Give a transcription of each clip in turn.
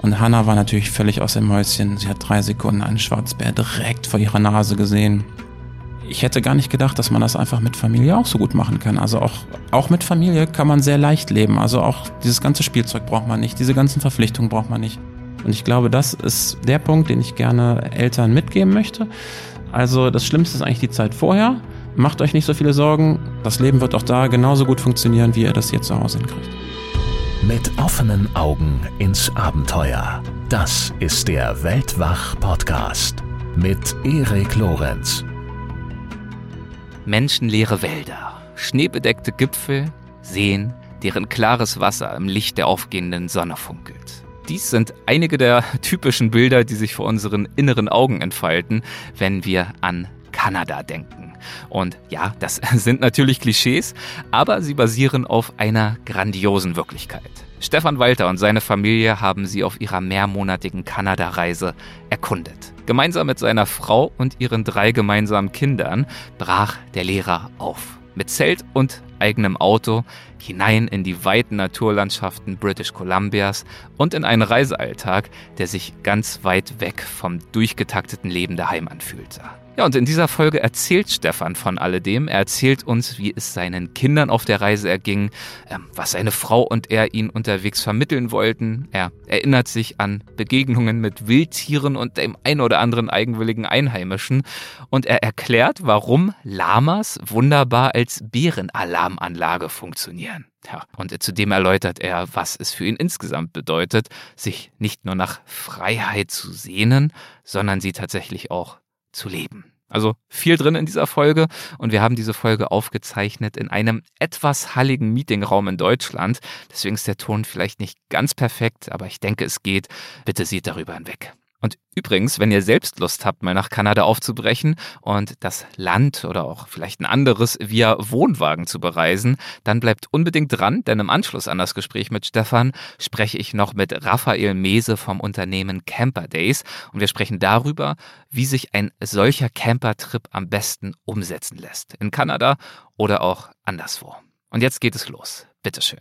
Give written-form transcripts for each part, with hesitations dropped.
Und Hannah war natürlich völlig aus dem Häuschen. Sie hat 3 Sekunden einen Schwarzbär direkt vor ihrer Nase gesehen. Ich hätte gar nicht gedacht, dass man das einfach mit Familie auch so gut machen kann. Also auch mit Familie kann man sehr leicht leben. Also auch dieses ganze Spielzeug braucht man nicht, diese ganzen Verpflichtungen braucht man nicht. Und ich glaube, das ist der Punkt, den ich gerne Eltern mitgeben möchte. Also das Schlimmste ist eigentlich die Zeit vorher. Macht euch nicht so viele Sorgen. Das Leben wird auch da genauso gut funktionieren, wie ihr das hier zu Hause hinkriegt. Mit offenen Augen ins Abenteuer. Das ist der Weltwach-Podcast mit Erik Lorenz. Menschenleere Wälder, schneebedeckte Gipfel, Seen, deren klares Wasser im Licht der aufgehenden Sonne funkelt. Dies sind einige der typischen Bilder, die sich vor unseren inneren Augen entfalten, wenn wir an Kanada denken. Und ja, das sind natürlich Klischees, aber sie basieren auf einer grandiosen Wirklichkeit. Stefan Walter und seine Familie haben sie auf ihrer mehrmonatigen Kanada-Reise erkundet. Gemeinsam mit seiner Frau und ihren 3 gemeinsamen Kindern brach der Lehrer auf. Mit Zelt und eigenem Auto hinein in die weiten Naturlandschaften British Columbias und in einen Reisealltag, der sich ganz weit weg vom durchgetakteten Leben daheim anfühlte. Ja, und in dieser Folge erzählt Stefan von alledem. Er erzählt uns, wie es seinen Kindern auf der Reise erging, was seine Frau und er ihn unterwegs vermitteln wollten. Er erinnert sich an Begegnungen mit Wildtieren und dem ein oder anderen eigenwilligen Einheimischen. Und er erklärt, warum Lamas wunderbar als Bärenalarmanlage funktionieren. Ja, und zudem erläutert er, was es für ihn insgesamt bedeutet, sich nicht nur nach Freiheit zu sehnen, sondern sie tatsächlich auch zu leben. Also viel drin in dieser Folge und wir haben diese Folge aufgezeichnet in einem etwas halligen Meetingraum in Deutschland. Deswegen ist der Ton vielleicht nicht ganz perfekt, aber ich denke, es geht. Bitte seht darüber hinweg. Und übrigens, wenn ihr selbst Lust habt, mal nach Kanada aufzubrechen und das Land oder auch vielleicht ein anderes via Wohnwagen zu bereisen, dann bleibt unbedingt dran, denn im Anschluss an das Gespräch mit Stefan spreche ich noch mit Raphael Mese vom Unternehmen Camper Days und wir sprechen darüber, wie sich ein solcher Campertrip am besten umsetzen lässt. In Kanada oder auch anderswo. Und jetzt geht es los. Bitteschön.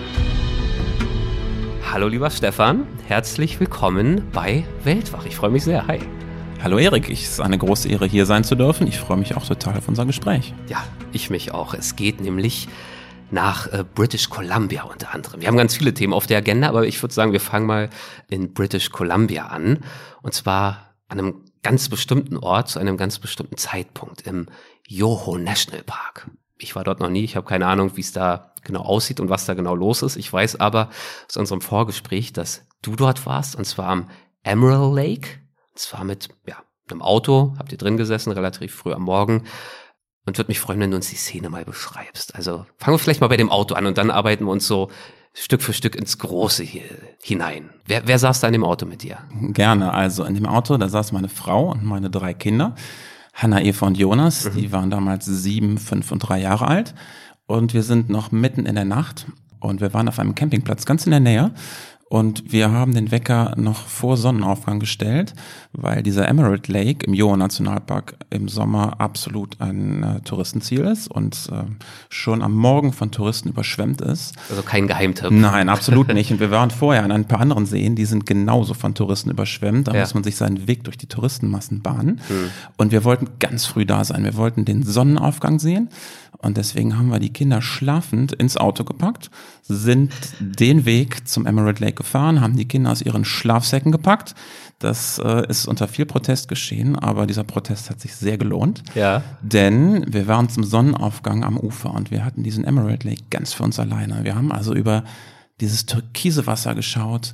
Hallo lieber Stefan, herzlich willkommen bei Weltwach. Ich freue mich sehr. Hi. Hallo Erik, es ist eine große Ehre, hier sein zu dürfen. Ich freue mich auch total auf unser Gespräch. Ja, ich mich auch. Es geht nämlich nach British Columbia unter anderem. Wir haben ganz viele Themen auf der Agenda, aber ich würde sagen, wir fangen mal in British Columbia an. Und zwar an einem ganz bestimmten Ort, zu einem ganz bestimmten Zeitpunkt im Yoho National Park. Ich war dort noch nie, ich habe keine Ahnung, wie es da genau aussieht und was da genau los ist. Ich weiß aber aus unserem Vorgespräch, dass du dort warst, und zwar am Emerald Lake. Und zwar mit einem Auto, habt ihr drin gesessen, relativ früh am Morgen. Und würde mich freuen, wenn du uns die Szene mal beschreibst. Also fangen wir vielleicht mal bei dem Auto an und dann arbeiten wir uns so Stück für Stück ins Große hier hinein. Wer saß da in dem Auto mit dir? Gerne, also in dem Auto, da saß meine Frau und meine 3 Kinder. Hannah, Eva und Jonas, die waren damals 7, 5 und 3 Jahre alt. Und wir sind noch mitten in der Nacht und wir waren auf einem Campingplatz ganz in der Nähe. Und wir haben den Wecker noch vor Sonnenaufgang gestellt, weil dieser Emerald Lake im Yoho Nationalpark im Sommer absolut ein Touristenziel ist und schon am Morgen von Touristen überschwemmt ist. Also kein Geheimtipp. Nein, absolut nicht. Und wir waren vorher an ein paar anderen Seen, die sind genauso von Touristen überschwemmt. Da muss man sich seinen Weg durch die Touristenmassen bahnen. Und wir wollten ganz früh da sein. Wir wollten den Sonnenaufgang sehen. Und deswegen haben wir die Kinder schlafend ins Auto gepackt, sind den Weg zum Emerald Lake gefahren, haben die Kinder aus ihren Schlafsäcken gepackt. Das ist unter viel Protest geschehen, aber dieser Protest hat sich sehr gelohnt. Ja. Denn wir waren zum Sonnenaufgang am Ufer und wir hatten diesen Emerald Lake ganz für uns alleine. Wir haben also über dieses türkise Wasser geschaut,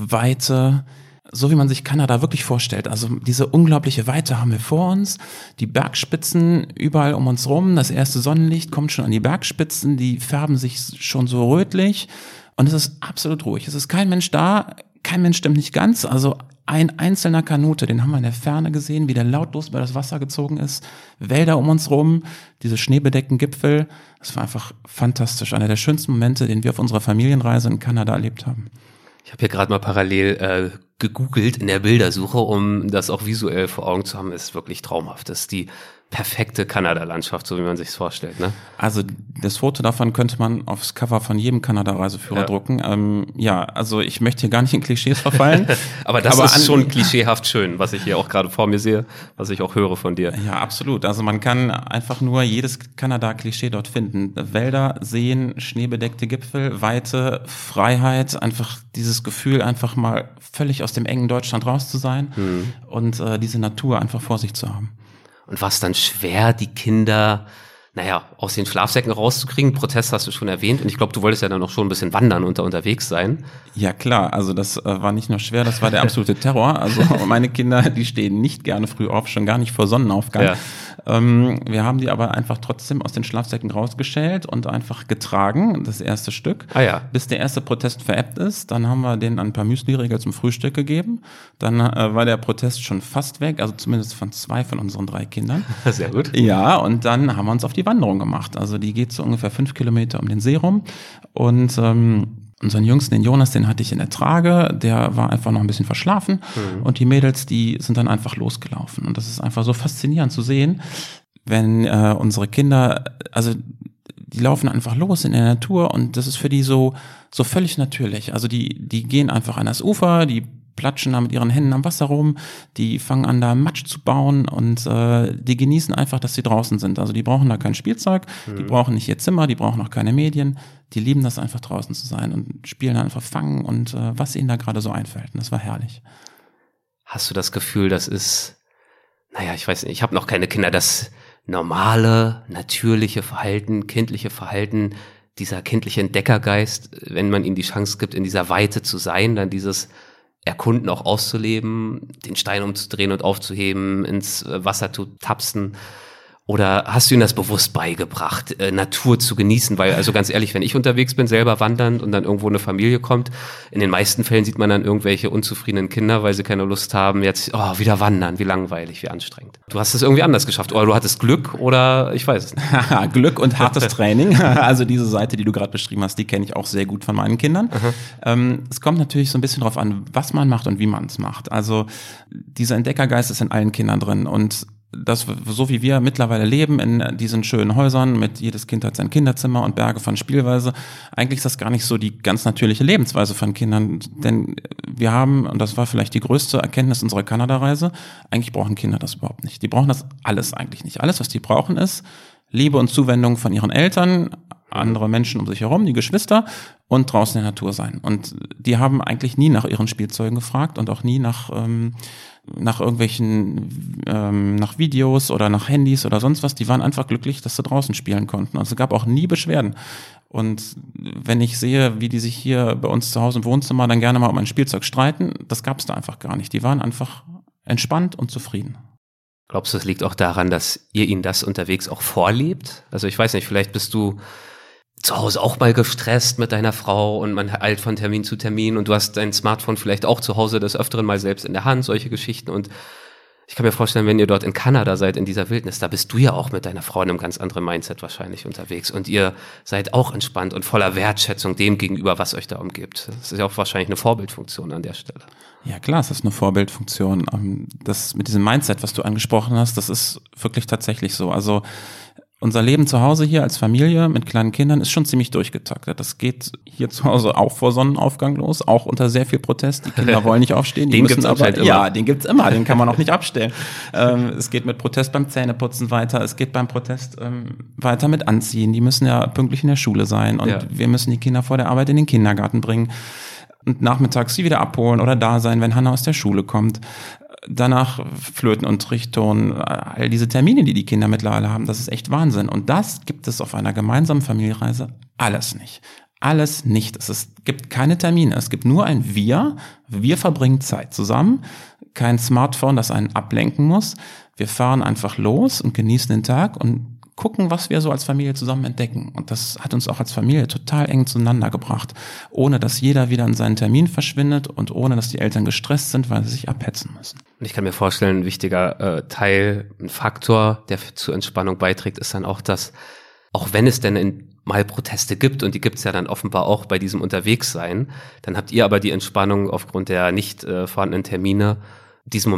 Weite, so wie man sich Kanada wirklich vorstellt. Also diese unglaubliche Weite haben wir vor uns, die Bergspitzen überall um uns rum, das erste Sonnenlicht kommt schon an die Bergspitzen, die färben sich schon so rötlich und es ist absolut ruhig. Es ist kein Mensch da, kein Mensch stimmt nicht ganz, also ein einzelner Kanute, den haben wir in der Ferne gesehen, wie der lautlos über das Wasser gezogen ist, Wälder um uns rum, diese schneebedeckten Gipfel, das war einfach fantastisch, einer der schönsten Momente, den wir auf unserer Familienreise in Kanada erlebt haben. Ich habe hier gerade mal parallel gegoogelt in der Bildersuche, um das auch visuell vor Augen zu haben. Ist wirklich traumhaft. Das ist die perfekte Kanada-Landschaft, so wie man sich's vorstellt, ne? Also das Foto davon könnte man aufs Cover von jedem Kanada-Reiseführer drucken. Also ich möchte hier gar nicht in Klischees verfallen. aber das ist schon klischeehaft schön, was ich hier auch gerade vor mir sehe, was ich auch höre von dir. Ja, absolut. Also man kann einfach nur jedes Kanada-Klischee dort finden. Wälder, Seen, schneebedeckte Gipfel, Weite, Freiheit, einfach dieses Gefühl, einfach mal völlig aus dem engen Deutschland raus zu sein und diese Natur einfach vor sich zu haben. Und war es dann schwer, die Kinder, aus den Schlafsäcken rauszukriegen? Protest hast du schon erwähnt. Und ich glaube, du wolltest ja dann auch schon ein bisschen wandern und da unterwegs sein. Ja, klar. Also das war nicht nur schwer, das war der absolute Terror. Also meine Kinder, die stehen nicht gerne früh auf, schon gar nicht vor Sonnenaufgang. Ja. Wir haben die aber einfach trotzdem aus den Schlafsäcken rausgeschält und einfach getragen, das erste Stück, bis der erste Protest verebbt ist. Dann haben wir denen ein paar Müsli-Riegel zum Frühstück gegeben. Dann war der Protest schon fast weg, also zumindest von 2 von unseren 3 Kindern. Sehr gut. Ja, und dann haben wir uns auf die Wanderung gemacht. Also die geht so ungefähr 5 Kilometer um den See rum. Und unseren Jüngsten, den Jonas, den hatte ich in der Trage, der war einfach noch ein bisschen verschlafen und die Mädels, die sind dann einfach losgelaufen und das ist einfach so faszinierend zu sehen, wenn unsere Kinder, also die laufen einfach los in der Natur und das ist für die so völlig natürlich, also die gehen einfach an das Ufer, die platschen da mit ihren Händen am Wasser rum, die fangen an da Matsch zu bauen und die genießen einfach, dass sie draußen sind. Also die brauchen da kein Spielzeug, die brauchen nicht ihr Zimmer, die brauchen auch keine Medien, die lieben das einfach draußen zu sein und spielen einfach Fangen und was ihnen da gerade so einfällt. Und das war herrlich. Hast du das Gefühl, das ist, ich weiß nicht, ich habe noch keine Kinder, das normale, natürliche Verhalten, kindliche Verhalten, dieser kindliche Entdeckergeist, wenn man ihm die Chance gibt, in dieser Weite zu sein, dann dieses Erkunden auch auszuleben, den Stein umzudrehen und aufzuheben, ins Wasser zu tapsen? Oder hast du ihnen das bewusst beigebracht, Natur zu genießen? Weil, also ganz ehrlich, wenn ich unterwegs bin, selber wandernd und dann irgendwo eine Familie kommt, in den meisten Fällen sieht man dann irgendwelche unzufriedenen Kinder, weil sie keine Lust haben, jetzt wieder wandern, wie langweilig, wie anstrengend. Du hast es irgendwie anders geschafft, oder du hattest Glück, oder ich weiß es nicht. Glück und hartes Training. Also diese Seite, die du gerade beschrieben hast, die kenne ich auch sehr gut von meinen Kindern. Es kommt natürlich so ein bisschen drauf an, was man macht und wie man es macht. Also dieser Entdeckergeist ist in allen Kindern drin und das, so wie wir mittlerweile leben in diesen schönen Häusern, mit jedes Kind hat sein Kinderzimmer und Berge von Spielweise, eigentlich ist das gar nicht so die ganz natürliche Lebensweise von Kindern, denn wir haben, und das war vielleicht die größte Erkenntnis unserer Kanada-Reise, eigentlich brauchen Kinder das überhaupt nicht. Die brauchen das alles eigentlich nicht. Alles, was die brauchen, ist Liebe und Zuwendung von ihren Eltern, andere Menschen um sich herum, die Geschwister und draußen in der Natur sein. Und die haben eigentlich nie nach ihren Spielzeugen gefragt und auch nie nach irgendwelchen, nach Videos oder nach Handys oder sonst was. Die waren einfach glücklich, dass sie draußen spielen konnten. Also es gab auch nie Beschwerden. Und wenn ich sehe, wie die sich hier bei uns zu Hause im Wohnzimmer dann gerne mal um ein Spielzeug streiten, das gab es da einfach gar nicht. Die waren einfach entspannt und zufrieden. Glaubst du, es liegt auch daran, dass ihr ihnen das unterwegs auch vorlebt? Also ich weiß nicht, vielleicht bist du zu Hause auch mal gestresst mit deiner Frau und man eilt von Termin zu Termin und du hast dein Smartphone vielleicht auch zu Hause des Öfteren mal selbst in der Hand, solche Geschichten. Und ich kann mir vorstellen, wenn ihr dort in Kanada seid, in dieser Wildnis, da bist du ja auch mit deiner Frau in einem ganz anderen Mindset wahrscheinlich unterwegs und ihr seid auch entspannt und voller Wertschätzung dem gegenüber, was euch da umgibt. Das ist ja auch wahrscheinlich eine Vorbildfunktion an der Stelle. Ja klar, es ist eine Vorbildfunktion. Das mit diesem Mindset, was du angesprochen hast, das ist wirklich tatsächlich so. Also unser Leben zu Hause hier als Familie mit kleinen Kindern ist schon ziemlich durchgetaktet. Das geht hier zu Hause auch vor Sonnenaufgang los, auch unter sehr viel Protest. Die Kinder wollen nicht aufstehen. Den gibt's aber immer. Ja, den gibt's immer. Den kann man auch nicht abstellen. Es geht mit Protest beim Zähneputzen weiter. Es geht beim Protest weiter mit Anziehen. Die müssen ja pünktlich in der Schule sein und wir müssen die Kinder vor der Arbeit in den Kindergarten bringen und nachmittags sie wieder abholen oder da sein, wenn Hannah aus der Schule kommt. Danach Flötenunterricht, Ton, all diese Termine, die die Kinder mittlerweile haben, das ist echt Wahnsinn. Und das gibt es auf einer gemeinsamen Familienreise alles nicht. Alles nicht. Es gibt keine Termine. Es gibt nur ein Wir. Wir verbringen Zeit zusammen. Kein Smartphone, das einen ablenken muss. Wir fahren einfach los und genießen den Tag und gucken, was wir so als Familie zusammen entdecken. Und das hat uns auch als Familie total eng zueinander gebracht, ohne dass jeder wieder an seinen Termin verschwindet und ohne dass die Eltern gestresst sind, weil sie sich abhetzen müssen. Und ich kann mir vorstellen, ein wichtiger Teil, ein Faktor, der zur Entspannung beiträgt, ist dann auch, dass, auch wenn es denn mal Proteste gibt, und die gibt es ja dann offenbar auch bei diesem Unterwegssein, dann habt ihr aber die Entspannung aufgrund der nicht vorhandenen Termine, diesen Moment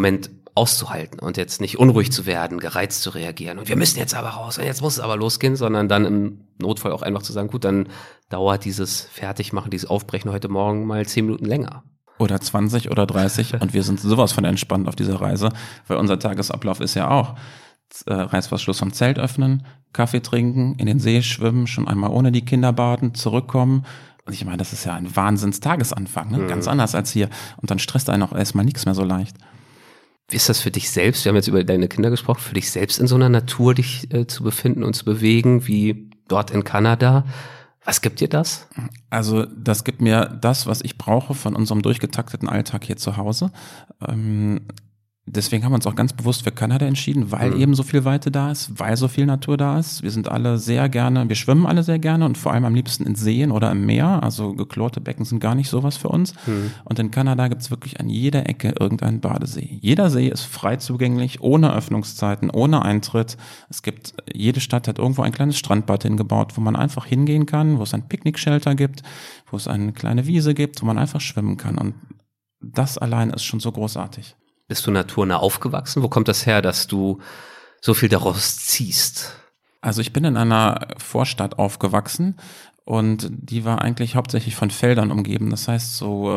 auszuhalten und jetzt nicht unruhig zu werden, gereizt zu reagieren und wir müssen jetzt aber raus und jetzt muss es aber losgehen, sondern dann im Notfall auch einfach zu sagen, gut, dann dauert dieses Fertigmachen, dieses Aufbrechen heute Morgen mal 10 Minuten länger. Oder 20 oder 30 und wir sind sowas von entspannt auf dieser Reise, weil unser Tagesablauf ist ja auch Reißverschluss vom Zelt öffnen, Kaffee trinken, in den See schwimmen, schon einmal ohne die Kinder baden, zurückkommen. Und ich meine, das ist ja ein Wahnsinns-Tagesanfang, ne? Ganz anders als hier. Und dann stresst einen auch erstmal nichts mehr so leicht. Wie ist das für dich selbst? Wir haben jetzt über deine Kinder gesprochen, für dich selbst in so einer Natur dich zu befinden und zu bewegen, wie dort in Kanada. Was gibt dir das? Also das gibt mir das, was ich brauche von unserem durchgetakteten Alltag hier zu Hause. Deswegen haben wir uns auch ganz bewusst für Kanada entschieden, weil eben so viel Weite da ist, weil so viel Natur da ist. Wir sind alle sehr gerne, wir schwimmen alle sehr gerne und vor allem am liebsten in Seen oder im Meer. Also geklorte Becken sind gar nicht sowas für uns. Und in Kanada gibt es wirklich an jeder Ecke irgendeinen Badesee. Jeder See ist frei zugänglich, ohne Öffnungszeiten, ohne Eintritt. Jede Stadt hat irgendwo ein kleines Strandbad hingebaut, wo man einfach hingehen kann, wo es ein Picknick-Shelter gibt, wo es eine kleine Wiese gibt, wo man einfach schwimmen kann. Und das allein ist schon so großartig. Bist du naturnah aufgewachsen? Wo kommt das her, dass du so viel daraus ziehst? Also ich bin in einer Vorstadt aufgewachsen und die war eigentlich hauptsächlich von Feldern umgeben. Das heißt so,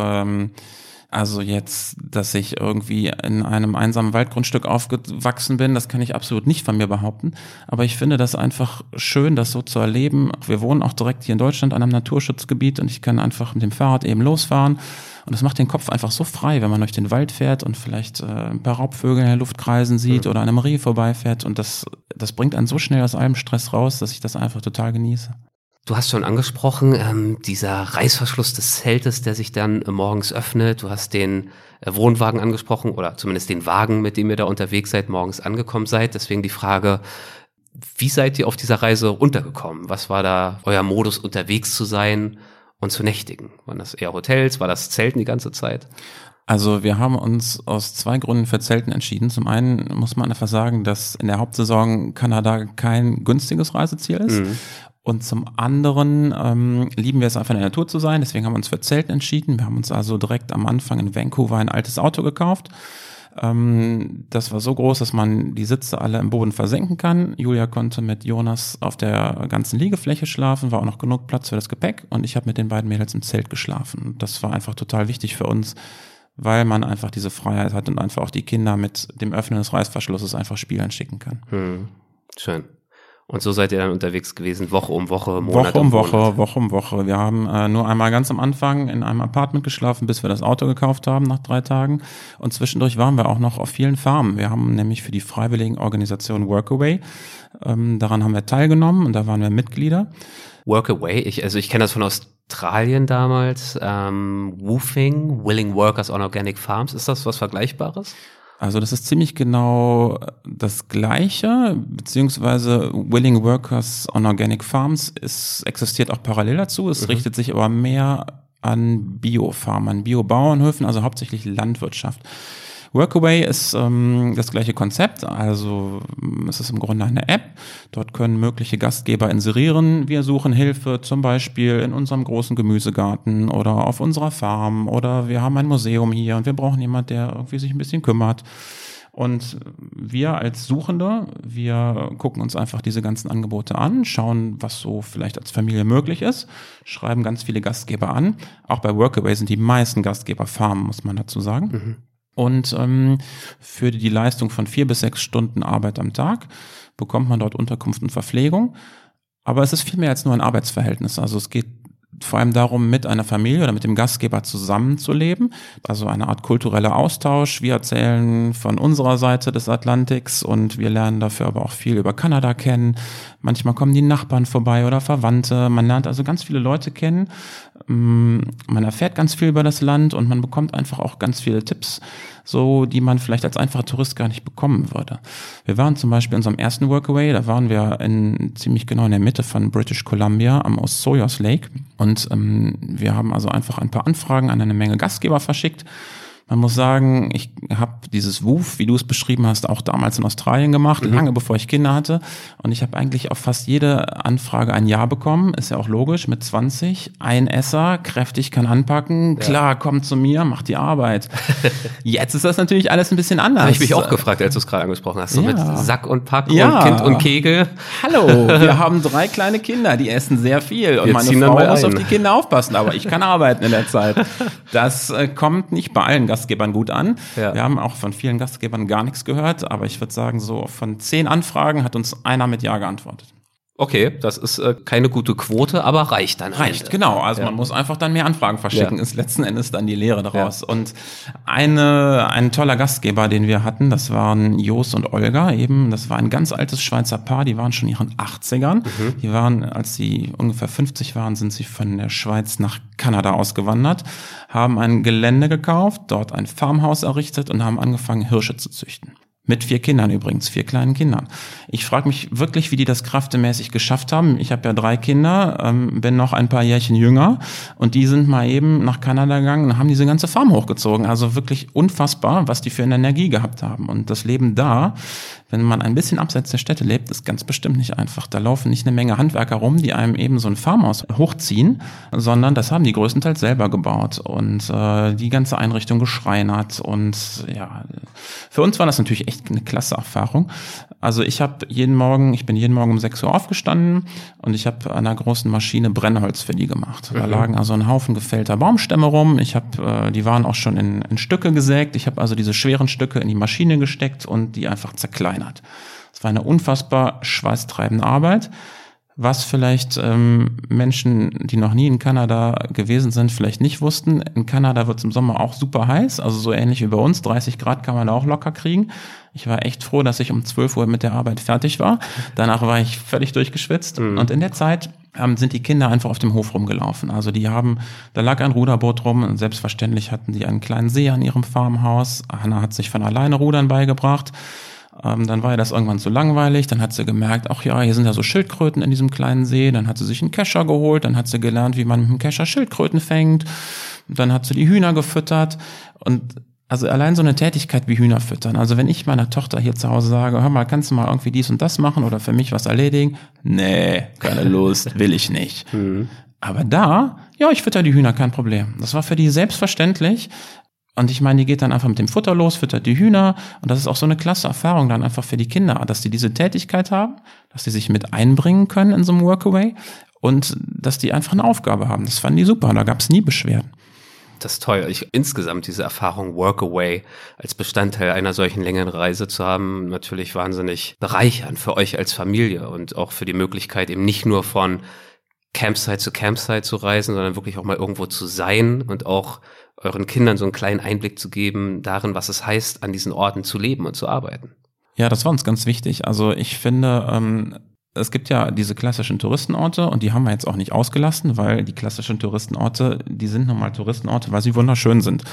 also jetzt, dass ich irgendwie in einem einsamen Waldgrundstück aufgewachsen bin, das kann ich absolut nicht von mir behaupten. Aber ich finde das einfach schön, das so zu erleben. Wir wohnen auch direkt hier in Deutschland an einem Naturschutzgebiet und ich kann einfach mit dem Fahrrad eben losfahren. Und es macht den Kopf einfach so frei, wenn man durch den Wald fährt und vielleicht ein paar Raubvögel in der Luft kreisen sieht oder an einem Reh vorbeifährt. Und das bringt einen so schnell aus allem Stress raus, dass ich das einfach total genieße. Du hast schon angesprochen, dieser Reißverschluss des Zeltes, der sich dann morgens öffnet. Du hast den Wohnwagen angesprochen oder zumindest den Wagen, mit dem ihr da unterwegs seid, morgens angekommen seid. Deswegen die Frage, wie seid ihr auf dieser Reise runtergekommen? Was war da euer Modus, unterwegs zu sein und zu nächtigen? Waren das eher Hotels? War das Zelten die ganze Zeit? Also wir haben uns aus 2 Gründen für Zelten entschieden. Zum einen muss man einfach sagen, dass in der Hauptsaison Kanada kein günstiges Reiseziel ist. Und zum anderen lieben wir es einfach in der Natur zu sein. Deswegen haben wir uns für Zelten entschieden. Wir haben uns also direkt am Anfang in Vancouver ein altes Auto gekauft. Das war so groß, dass man die Sitze alle im Boden versenken kann. Julia konnte mit Jonas auf der ganzen Liegefläche schlafen, war auch noch genug Platz für das Gepäck. Und ich habe mit den beiden Mädels im Zelt geschlafen. Das war einfach total wichtig für uns, weil man einfach diese Freiheit hat und einfach auch die Kinder mit dem Öffnen des Reißverschlusses einfach spielen schicken kann. Schön. Und so seid ihr dann unterwegs gewesen, Woche um Woche, Monat um Monat? Woche um Woche. Wir haben nur einmal ganz am Anfang in einem Apartment geschlafen, bis wir das Auto gekauft haben nach 3 Tagen. Und zwischendurch waren wir auch noch auf vielen Farmen. Wir haben nämlich für die freiwilligen Organisation Workaway, daran haben wir teilgenommen und da waren wir Mitglieder. Workaway, ich kenne das von Australien damals, WWOOFing, Willing Workers on Organic Farms. Ist das was Vergleichbares? Also das ist ziemlich genau das Gleiche, beziehungsweise Willing Workers on Organic Farms existiert auch parallel dazu. Es richtet sich aber mehr an Biofarmen, an Biobauernhöfen, also hauptsächlich Landwirtschaft. Workaway ist das gleiche Konzept, also es ist im Grunde eine App. Dort können mögliche Gastgeber inserieren. Wir suchen Hilfe, zum Beispiel in unserem großen Gemüsegarten oder auf unserer Farm oder wir haben ein Museum hier und wir brauchen jemanden, der irgendwie sich ein bisschen kümmert. Und wir als Suchende, wir gucken uns einfach diese ganzen Angebote an, schauen, was so vielleicht als Familie möglich ist, schreiben ganz viele Gastgeber an. Auch bei Workaway sind die meisten Gastgeber Farmen, muss man dazu sagen. Und für die Leistung von 4 bis 6 Stunden Arbeit am Tag bekommt man dort Unterkunft und Verpflegung. Aber es ist viel mehr als nur ein Arbeitsverhältnis. Also es geht vor allem darum, mit einer Familie oder mit dem Gastgeber zusammenzuleben. Also eine Art kultureller Austausch. Wir erzählen von unserer Seite des Atlantiks und wir lernen dafür aber auch viel über Kanada kennen. Manchmal kommen die Nachbarn vorbei oder Verwandte. Man lernt also ganz viele Leute kennen. Man erfährt ganz viel über das Land und man bekommt einfach auch ganz viele Tipps, so die man vielleicht als einfacher Tourist gar nicht bekommen würde. Wir waren zum Beispiel in unserem ersten Workaway, da waren wir ziemlich genau in der Mitte von British Columbia am Osoyoos Lake und wir haben also einfach ein paar Anfragen an eine Menge Gastgeber verschickt. Man muss sagen, ich habe dieses WWOOF, wie du es beschrieben hast, auch damals in Australien gemacht, lange bevor ich Kinder hatte. Und ich habe eigentlich auf fast jede Anfrage ein Ja bekommen. Ist ja auch logisch, mit 20, ein Esser, kräftig, kann anpacken. Klar, komm zu mir, mach die Arbeit. Jetzt ist das natürlich alles ein bisschen anders. Habe ich mich auch gefragt, als du es gerade angesprochen hast. So mit Sack und Pack und Ja. Kind und Kegel. Hallo, wir haben 3 kleine Kinder, die essen sehr viel. Und Wir meine ziehen dann Frau mal muss ein. auf die Kinder aufpassen, aber ich kann arbeiten in der Zeit. Das kommt nicht bei allen Gastgebern gut an. Ja. Wir haben auch von vielen Gastgebern gar nichts gehört, aber ich würde sagen, so von 10 Anfragen hat uns einer mit Ja geantwortet. Okay, das ist keine gute Quote, aber reicht dann. Reicht, genau. Also man muss einfach dann mehr Anfragen verschicken, ist letzten Endes dann die Lehre daraus. Ja. Und ein toller Gastgeber, den wir hatten, das waren Jos und Olga eben. Das war ein ganz altes Schweizer Paar, die waren schon in ihren 80ern. Die waren, als sie ungefähr 50 waren, sind sie von der Schweiz nach Kanada ausgewandert, haben ein Gelände gekauft, dort ein Farmhaus errichtet und haben angefangen, Hirsche zu züchten. Mit 4 Kindern übrigens, 4 kleinen Kindern. Ich frage mich wirklich, wie die das kräftemäßig geschafft haben. Ich habe ja 3 Kinder, bin noch ein paar Jährchen jünger und die sind mal eben nach Kanada gegangen und haben diese ganze Farm hochgezogen. Also wirklich unfassbar, was die für eine Energie gehabt haben. Und das Leben da, wenn man ein bisschen abseits der Städte lebt, ist ganz bestimmt nicht einfach. Da laufen nicht eine Menge Handwerker rum, die einem eben so ein Farmhaus hochziehen, sondern das haben die größtenteils selber gebaut und die ganze Einrichtung geschreinert. Und ja, für uns war das natürlich echt eine klasse Erfahrung. Also ich bin jeden Morgen um 6 Uhr aufgestanden und ich habe an einer großen Maschine Brennholz für die gemacht. Da lagen also ein Haufen gefällter Baumstämme rum. Die waren auch schon in Stücke gesägt. Ich habe also diese schweren Stücke in die Maschine gesteckt und die einfach zerkleinert. Es war eine unfassbar schweißtreibende Arbeit. Was vielleicht Menschen, die noch nie in Kanada gewesen sind, vielleicht nicht wussten. In Kanada wird es im Sommer auch super heiß, also so ähnlich wie bei uns. 30 Grad kann man da auch locker kriegen. Ich war echt froh, dass ich um 12 Uhr mit der Arbeit fertig war. Danach war ich völlig durchgeschwitzt. Und in der Zeit sind die Kinder einfach auf dem Hof rumgelaufen. Also da lag ein Ruderboot rum und selbstverständlich hatten die einen kleinen See an ihrem Farmhaus. Hannah hat sich von alleine Rudern beigebracht. Dann war ihr das irgendwann zu langweilig, dann hat sie gemerkt, ach ja, hier sind ja so Schildkröten in diesem kleinen See, dann hat sie sich einen Kescher geholt, dann hat sie gelernt, wie man mit dem Kescher Schildkröten fängt, dann hat sie die Hühner gefüttert und also allein so eine Tätigkeit wie Hühner füttern, also wenn ich meiner Tochter hier zu Hause sage, hör mal, kannst du mal irgendwie dies und das machen oder für mich was erledigen? Nee, keine Lust, will ich nicht. Aber ich fütter die Hühner, kein Problem. Das war für die selbstverständlich. Und ich meine, die geht dann einfach mit dem Futter los, füttert die Hühner. Und das ist auch so eine klasse Erfahrung dann einfach für die Kinder, dass die diese Tätigkeit haben, dass die sich mit einbringen können in so einem Workaway und dass die einfach eine Aufgabe haben. Das fanden die super, da gab es nie Beschwerden. Das ist toll. Insgesamt diese Erfahrung Workaway als Bestandteil einer solchen längeren Reise zu haben, natürlich wahnsinnig bereichernd für euch als Familie und auch für die Möglichkeit eben nicht nur von Campsite zu Campsite zu reisen, sondern wirklich auch mal irgendwo zu sein und auch euren Kindern so einen kleinen Einblick zu geben darin, was es heißt, an diesen Orten zu leben und zu arbeiten. Ja, das war uns ganz wichtig. Also ich finde, es gibt ja diese klassischen Touristenorte und die haben wir jetzt auch nicht ausgelassen, weil die klassischen Touristenorte, die sind nun mal Touristenorte, weil sie wunderschön sind.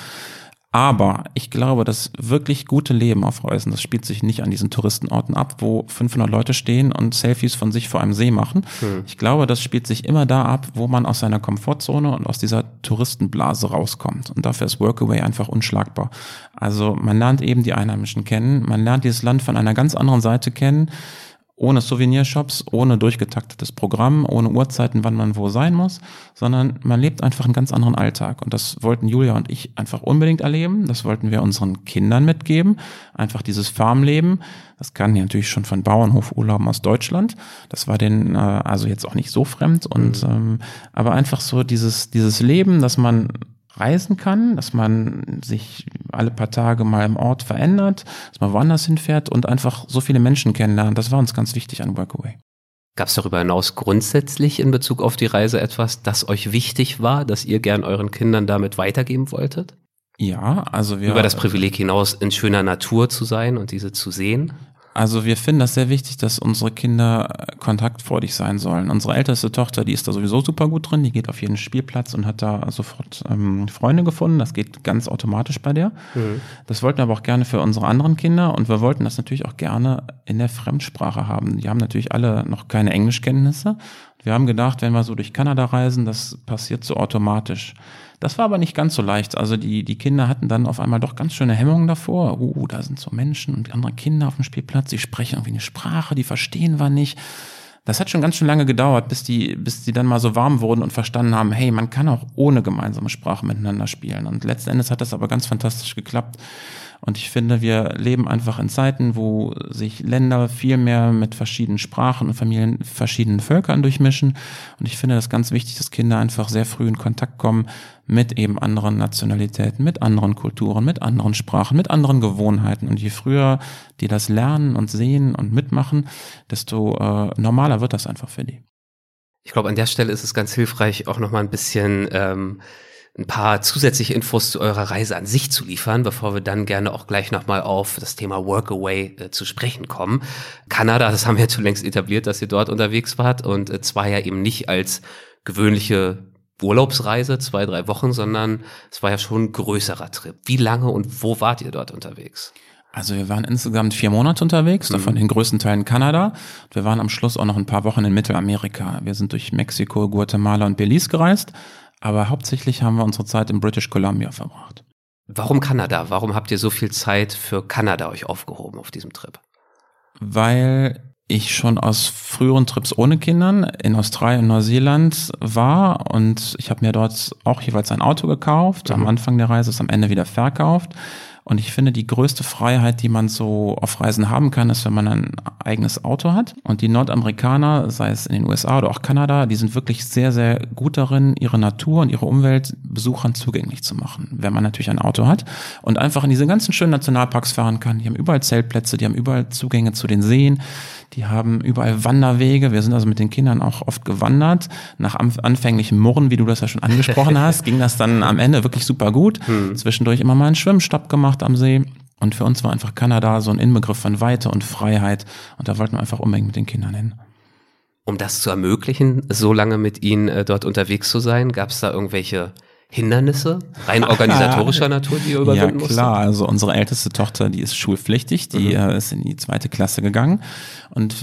Aber ich glaube, das wirklich gute Leben auf Reisen, das spielt sich nicht an diesen Touristenorten ab, wo 500 Leute stehen und Selfies von sich vor einem See machen. Ich glaube, das spielt sich immer da ab, wo man aus seiner Komfortzone und aus dieser Touristenblase rauskommt. Und dafür ist Workaway einfach unschlagbar. Also man lernt eben die Einheimischen kennen, man lernt dieses Land von einer ganz anderen Seite kennen, ohne Souvenirshops, ohne durchgetaktetes Programm, ohne Uhrzeiten, wann man wo sein muss, sondern man lebt einfach einen ganz anderen Alltag. Und das wollten Julia und ich einfach unbedingt erleben. Das wollten wir unseren Kindern mitgeben. Einfach dieses Farmleben. Das kann ja natürlich schon von Bauernhofurlauben aus Deutschland. Das war denen also jetzt auch nicht so fremd. Und aber einfach so dieses Leben, dass man reisen kann, dass man sich alle paar Tage mal im Ort verändert, dass man woanders hinfährt und einfach so viele Menschen kennenlernt. Das war uns ganz wichtig an Workaway. Gab es darüber hinaus grundsätzlich in Bezug auf die Reise etwas, das euch wichtig war, das ihr gern euren Kindern damit weitergeben wolltet? Ja, also über das Privileg hinaus in schöner Natur zu sein und diese zu sehen? Also wir finden das sehr wichtig, dass unsere Kinder kontaktfreudig sein sollen. Unsere älteste Tochter, die ist da sowieso super gut drin, die geht auf jeden Spielplatz und hat da sofort Freunde gefunden. Das geht ganz automatisch bei der. Das wollten wir aber auch gerne für unsere anderen Kinder und wir wollten das natürlich auch gerne in der Fremdsprache haben. Die haben natürlich alle noch keine Englischkenntnisse. Wir haben gedacht, wenn wir so durch Kanada reisen, das passiert so automatisch. Das war aber nicht ganz so leicht. Also die Kinder hatten dann auf einmal doch ganz schöne Hemmungen davor. Da sind so Menschen und andere Kinder auf dem Spielplatz, die sprechen irgendwie eine Sprache, die verstehen wir nicht. Das hat schon ganz schön lange gedauert, bis die dann mal so warm wurden und verstanden haben, hey, man kann auch ohne gemeinsame Sprache miteinander spielen. Und letzten Endes hat das aber ganz fantastisch geklappt. Und ich finde, wir leben einfach in Zeiten, wo sich Länder viel mehr mit verschiedenen Sprachen und Familien, verschiedenen Völkern durchmischen. Und ich finde das ganz wichtig, dass Kinder einfach sehr früh in Kontakt kommen mit eben anderen Nationalitäten, mit anderen Kulturen, mit anderen Sprachen, mit anderen Gewohnheiten. Und je früher die das lernen und sehen und mitmachen, desto normaler wird das einfach für die. Ich glaube, an der Stelle ist es ganz hilfreich, auch nochmal ein bisschen ein paar zusätzliche Infos zu eurer Reise an sich zu liefern, bevor wir dann gerne auch gleich nochmal auf das Thema Workaway zu sprechen kommen. Kanada, das haben wir ja schon längst etabliert, dass ihr dort unterwegs wart, und zwar ja eben nicht als gewöhnliche Urlaubsreise, 2-3 Wochen, sondern es war ja schon ein größerer Trip. Wie lange und wo wart ihr dort unterwegs? Also wir waren insgesamt 4 Monate unterwegs, davon den größten Teilen Kanada. Wir waren am Schluss auch noch ein paar Wochen in Mittelamerika. Wir sind durch Mexiko, Guatemala und Belize gereist, aber hauptsächlich haben wir unsere Zeit in British Columbia verbracht. Warum Kanada? Warum habt ihr so viel Zeit für Kanada euch aufgehoben auf diesem Trip? Weil ich schon aus früheren Trips ohne Kindern in Australien und Neuseeland war und ich habe mir dort auch jeweils ein Auto gekauft, am Anfang der Reise, ist am Ende wieder verkauft. Und ich finde, die größte Freiheit, die man so auf Reisen haben kann, ist, wenn man ein eigenes Auto hat. Und die Nordamerikaner, sei es in den USA oder auch Kanada, die sind wirklich sehr, sehr gut darin, ihre Natur und ihre Umwelt Besuchern zugänglich zu machen, wenn man natürlich ein Auto hat und einfach in diese ganzen schönen Nationalparks fahren kann. Die haben überall Zeltplätze, die haben überall Zugänge zu den Seen, die haben überall Wanderwege. Wir sind also mit den Kindern auch oft gewandert. Nach anfänglichem Murren, wie du das ja schon angesprochen hast, ging das dann am Ende wirklich super gut. Zwischendurch immer mal einen Schwimmstopp gemacht am See. Und für uns war einfach Kanada so ein Inbegriff von Weite und Freiheit. Und da wollten wir einfach unbedingt mit den Kindern hin. Um das zu ermöglichen, so lange mit ihnen dort unterwegs zu sein, gab es da irgendwelche Hindernisse, rein organisatorischer Natur, die ihr überwinden musstet? Ja klar, also unsere älteste Tochter, die ist schulpflichtig, die ist in die 2. Klasse gegangen und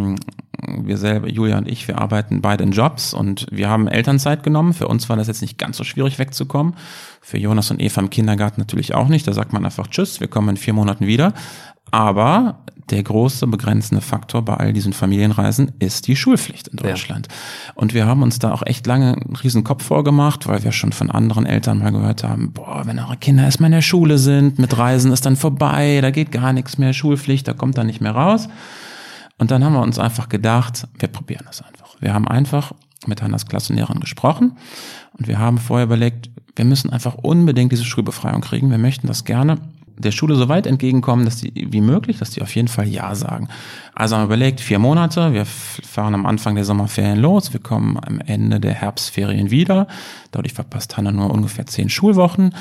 wir selber, Julia und ich, wir arbeiten beide in Jobs und wir haben Elternzeit genommen. Für uns war das jetzt nicht ganz so schwierig wegzukommen. Für Jonas und Eva im Kindergarten natürlich auch nicht. Da sagt man einfach Tschüss, wir kommen in 4 Monaten wieder. Aber der große begrenzende Faktor bei all diesen Familienreisen ist die Schulpflicht in Deutschland. Ja. Und wir haben uns da auch echt lange einen riesen Kopf vorgemacht, weil wir schon von anderen Eltern mal gehört haben, wenn eure Kinder erstmal in der Schule sind, mit Reisen ist dann vorbei, da geht gar nichts mehr, Schulpflicht, da kommt dann nicht mehr raus. Und dann haben wir uns einfach gedacht, wir probieren das einfach. Wir haben einfach mit Hannas Klassenlehrerin gesprochen und wir haben vorher überlegt, wir müssen einfach unbedingt diese Schulbefreiung kriegen, wir möchten das gerne der Schule so weit entgegenkommen, dass die wie möglich, dass die auf jeden Fall Ja sagen. Also haben wir überlegt, 4 Monate, wir fahren am Anfang der Sommerferien los, wir kommen am Ende der Herbstferien wieder. Dadurch verpasst Hannah nur ungefähr 10 Schulwochen.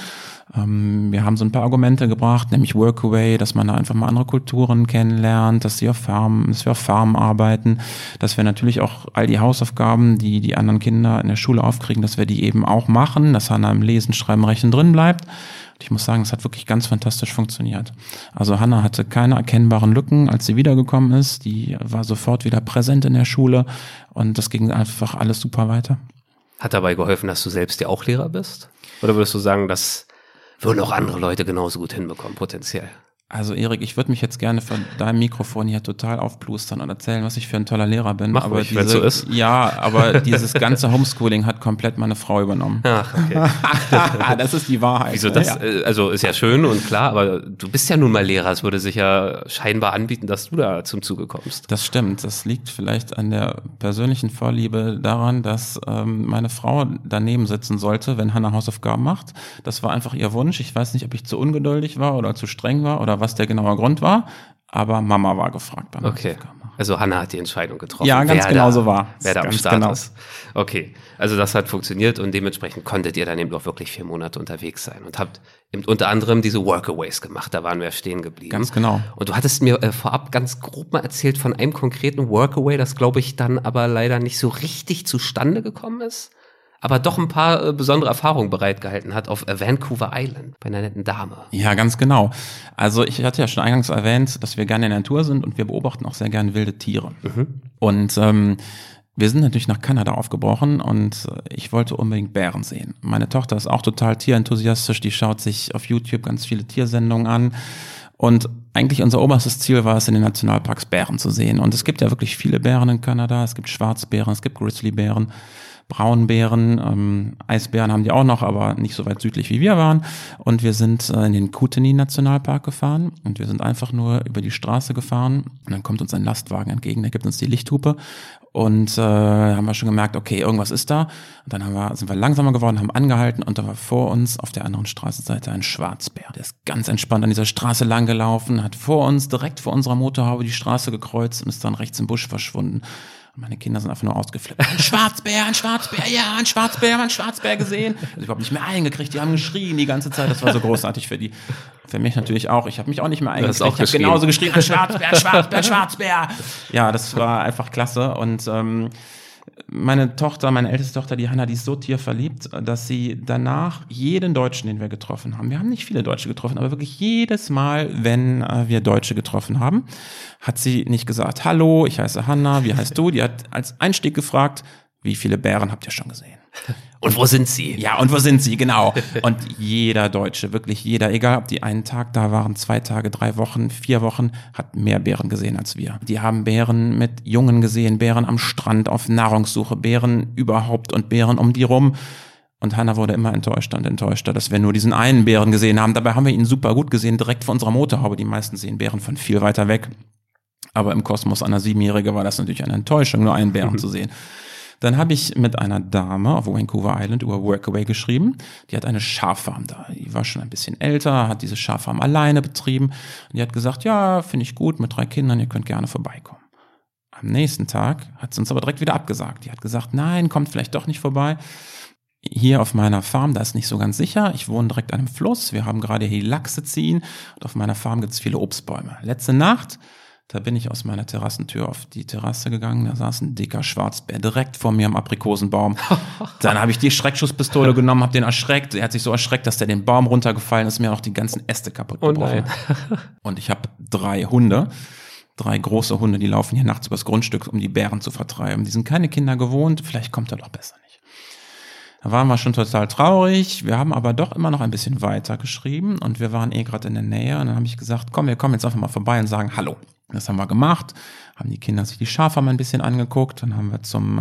Wir haben so ein paar Argumente gebracht, nämlich Workaway, dass man da einfach mal andere Kulturen kennenlernt, dass wir auf Farmen arbeiten, dass wir natürlich auch all die Hausaufgaben, die die anderen Kinder in der Schule aufkriegen, dass wir die eben auch machen, dass Hannah im Lesen, Schreiben, Rechnen drin bleibt. Ich muss sagen, es hat wirklich ganz fantastisch funktioniert. Also Hannah hatte keine erkennbaren Lücken, als sie wiedergekommen ist. Die war sofort wieder präsent in der Schule und das ging einfach alles super weiter. Hat dabei geholfen, dass du selbst ja auch Lehrer bist? Oder würdest du sagen, das würden auch andere Leute genauso gut hinbekommen, potenziell? Also Erik, ich würde mich jetzt gerne von deinem Mikrofon hier total aufplustern und erzählen, was ich für ein toller Lehrer bin. Mach ruhig, wenn es so ist. Ja, aber dieses ganze Homeschooling hat komplett meine Frau übernommen. Ach, okay. Das ist die Wahrheit. Wieso das? Ja. Also ist ja schön und klar, aber du bist ja nun mal Lehrer. Es würde sich ja scheinbar anbieten, dass du da zum Zuge kommst. Das stimmt. Das liegt vielleicht an der persönlichen Vorliebe daran, dass meine Frau daneben sitzen sollte, wenn Hannah Hausaufgaben macht. Das war einfach ihr Wunsch. Ich weiß nicht, ob ich zu ungeduldig war oder zu streng war oder was der genaue Grund war, aber Mama war gefragt beim Hausaufgaben. Also Hannah hat die Entscheidung getroffen. Ja, ganz genau so war. Wer da am Start ist. Okay, also das hat funktioniert und dementsprechend konntet ihr dann eben auch wirklich 4 Monate unterwegs sein und habt eben unter anderem diese Workaways gemacht, da waren wir stehen geblieben. Ganz genau. Und du hattest mir vorab ganz grob mal erzählt von einem konkreten Workaway, das glaube ich dann aber leider nicht so richtig zustande gekommen ist, aber doch ein paar besondere Erfahrungen bereitgehalten hat auf Vancouver Island bei einer netten Dame. Ja, ganz genau. Also ich hatte ja schon eingangs erwähnt, dass wir gerne in der Natur sind und wir beobachten auch sehr gerne wilde Tiere. Und Wir sind natürlich nach Kanada aufgebrochen und ich wollte unbedingt Bären sehen. Meine Tochter ist auch total tierenthusiastisch, die schaut sich auf YouTube ganz viele Tiersendungen an. Und eigentlich unser oberstes Ziel war es, in den Nationalparks Bären zu sehen. Und es gibt ja wirklich viele Bären in Kanada. Es gibt Schwarzbären, es gibt Grizzlybären, Braunbären, Eisbären haben die auch noch, aber nicht so weit südlich wie wir waren. Und wir sind in den Kootenay-Nationalpark gefahren und wir sind einfach nur über die Straße gefahren und dann kommt uns ein Lastwagen entgegen, der gibt uns die Lichthupe und haben wir schon gemerkt, okay, irgendwas ist da. Und dann sind wir langsamer geworden, haben angehalten und da war vor uns auf der anderen Straßenseite ein Schwarzbär. Der ist ganz entspannt an dieser Straße lang gelaufen, hat vor uns, direkt vor unserer Motorhaube die Straße gekreuzt und ist dann rechts im Busch verschwunden. Und meine Kinder sind einfach nur ausgeflippt. Ein Schwarzbär, ja, ein Schwarzbär gesehen. Also überhaupt nicht mehr eingekriegt, die haben geschrien die ganze Zeit. Das war so großartig für die. Für mich natürlich auch. Ich habe mich auch nicht mehr eingekriegt. Ich habe genauso geschrien, Schwarzbär. Ja, das war einfach klasse. Und meine älteste Tochter, die Hanna, die ist so tierverliebt, dass sie danach jeden Deutschen, den wir getroffen haben, wir haben nicht viele Deutsche getroffen, aber wirklich jedes Mal, wenn wir Deutsche getroffen haben, hat sie nicht gesagt, hallo, ich heiße Hanna, wie heißt du? Die hat als Einstieg gefragt, wie viele Bären habt ihr schon gesehen? Und wo sind sie? Ja, und wo sind sie, genau. Und jeder Deutsche, wirklich jeder, egal ob die einen Tag da waren, 2 Tage, 3 Wochen, 4 Wochen, hat mehr Bären gesehen als wir. Die haben Bären mit Jungen gesehen, Bären am Strand auf Nahrungssuche, Bären überhaupt und Bären um die rum. Und Hanna wurde immer enttäuschter, dass wir nur diesen einen Bären gesehen haben. Dabei haben wir ihn super gut gesehen, direkt vor unserer Motorhaube. Die meisten sehen Bären von viel weiter weg. Aber im Kosmos einer 7-Jährigen war das natürlich eine Enttäuschung, nur einen Bären zu sehen. Dann habe ich mit einer Dame auf Vancouver Island über Workaway geschrieben. Die hat eine Schaffarm da. Die war schon ein bisschen älter, hat diese Schaffarm alleine betrieben. Und die hat gesagt, ja, finde ich gut, mit 3 Kindern, ihr könnt gerne vorbeikommen. Am nächsten Tag hat sie uns aber direkt wieder abgesagt. Die hat gesagt, nein, kommt vielleicht doch nicht vorbei. Hier auf meiner Farm, da ist nicht so ganz sicher. Ich wohne direkt an einem Fluss. Wir haben gerade hier die Lachse ziehen. Und auf meiner Farm gibt es viele Obstbäume. Letzte Nacht, da bin ich aus meiner Terrassentür auf die Terrasse gegangen, da saß ein dicker Schwarzbär direkt vor mir am Aprikosenbaum. Dann habe ich die Schreckschusspistole genommen, habe den erschreckt. Er hat sich so erschreckt, dass der den Baum runtergefallen ist, mir auch die ganzen Äste kaputt gebrochen. Und ich habe 3 Hunde, 3 große Hunde, die laufen hier nachts übers Grundstück, um die Bären zu vertreiben. Die sind keine Kinder gewohnt, vielleicht kommt er doch besser nicht. Da waren wir schon total traurig, wir haben aber doch immer noch ein bisschen weiter geschrieben und wir waren gerade in der Nähe und dann habe ich gesagt, komm, wir kommen jetzt einfach mal vorbei und sagen Hallo. Das haben wir gemacht, haben die Kinder sich die Schaffarm ein bisschen angeguckt, dann haben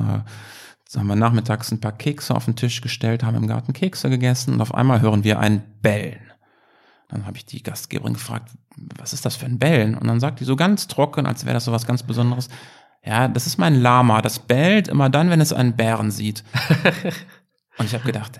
wir nachmittags ein paar Kekse auf den Tisch gestellt, haben im Garten Kekse gegessen und auf einmal hören wir ein Bellen. Dann habe ich die Gastgeberin gefragt, was ist das für ein Bellen? Und dann sagt die so ganz trocken, als wäre das so was ganz Besonderes, ja, das ist mein Lama, das bellt immer dann, wenn es einen Bären sieht. Und ich habe gedacht,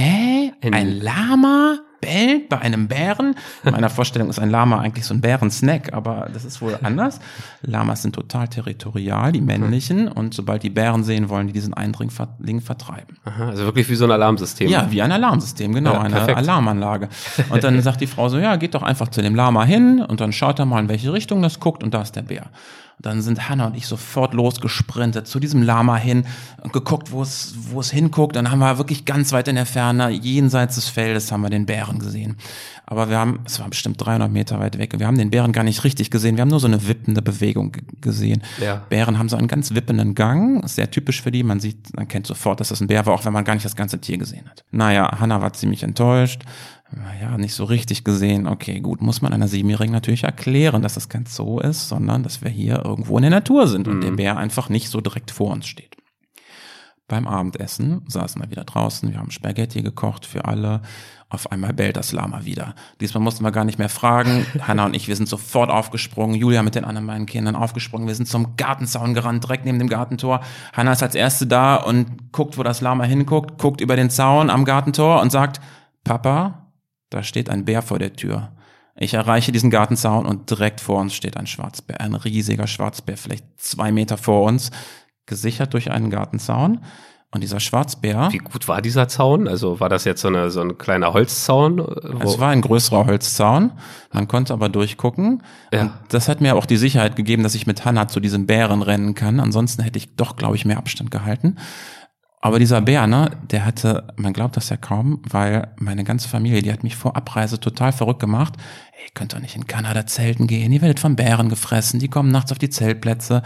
ein Lama bellt bei einem Bären? In meiner Vorstellung ist ein Lama eigentlich so ein Bärensnack, aber das ist wohl anders. Lamas sind total territorial, die männlichen, und sobald die Bären sehen, wollen die diesen Eindringling vertreiben. Aha, also wirklich wie so ein Alarmsystem. Ja, wie ein Alarmsystem, genau, ja, eine Alarmanlage. Und dann sagt die Frau so, ja, geht doch einfach zu dem Lama hin und dann schaut er mal, in welche Richtung das guckt und da ist der Bär. Und dann sind Hanna und ich sofort losgesprintet zu diesem Lama hin und geguckt, wo es hinguckt. Dann haben wir wirklich ganz weit in der Ferne, jenseits des Feldes, haben wir den Bären gesehen. Aber es war bestimmt 300 Meter weit weg. Wir haben den Bären gar nicht richtig gesehen. Wir haben nur so eine wippende Bewegung gesehen. Ja. Bären haben so einen ganz wippenden Gang. Ist sehr typisch für die. Man kennt sofort, dass das ein Bär war, auch wenn man gar nicht das ganze Tier gesehen hat. Naja, Hanna war ziemlich enttäuscht. Ja, nicht so richtig gesehen. Okay, gut, muss man einer 7-Jährigen natürlich erklären, dass das kein Zoo ist, sondern dass wir hier irgendwo in der Natur sind und der Bär einfach nicht so direkt vor uns steht. Beim Abendessen saßen wir wieder draußen, wir haben Spaghetti gekocht für alle. Auf einmal bellt das Lama wieder. Diesmal mussten wir gar nicht mehr fragen. Hanna und ich, wir sind sofort aufgesprungen. Julia mit den anderen beiden Kindern aufgesprungen. Wir sind zum Gartenzaun gerannt, direkt neben dem Gartentor. Hanna ist als Erste da und guckt, wo das Lama hinguckt, guckt über den Zaun am Gartentor und sagt, Papa, da steht ein Bär vor der Tür. Ich erreiche diesen Gartenzaun und direkt vor uns steht ein Schwarzbär, ein riesiger Schwarzbär, vielleicht 2 Meter vor uns, gesichert durch einen Gartenzaun. Und dieser Schwarzbär... Wie gut war dieser Zaun? Also war das jetzt so ein kleiner Holzzaun? Es war ein größerer Holzzaun. Man konnte aber durchgucken. Ja. Und das hat mir auch die Sicherheit gegeben, dass ich mit Hanna zu diesem Bären rennen kann. Ansonsten hätte ich doch, glaube ich, mehr Abstand gehalten. Aber dieser Bär, der hatte, man glaubt das ja kaum, weil meine ganze Familie, die hat mich vor Abreise total verrückt gemacht. Ey, ihr könnt doch nicht in Kanada zelten gehen, ihr werdet von Bären gefressen, die kommen nachts auf die Zeltplätze.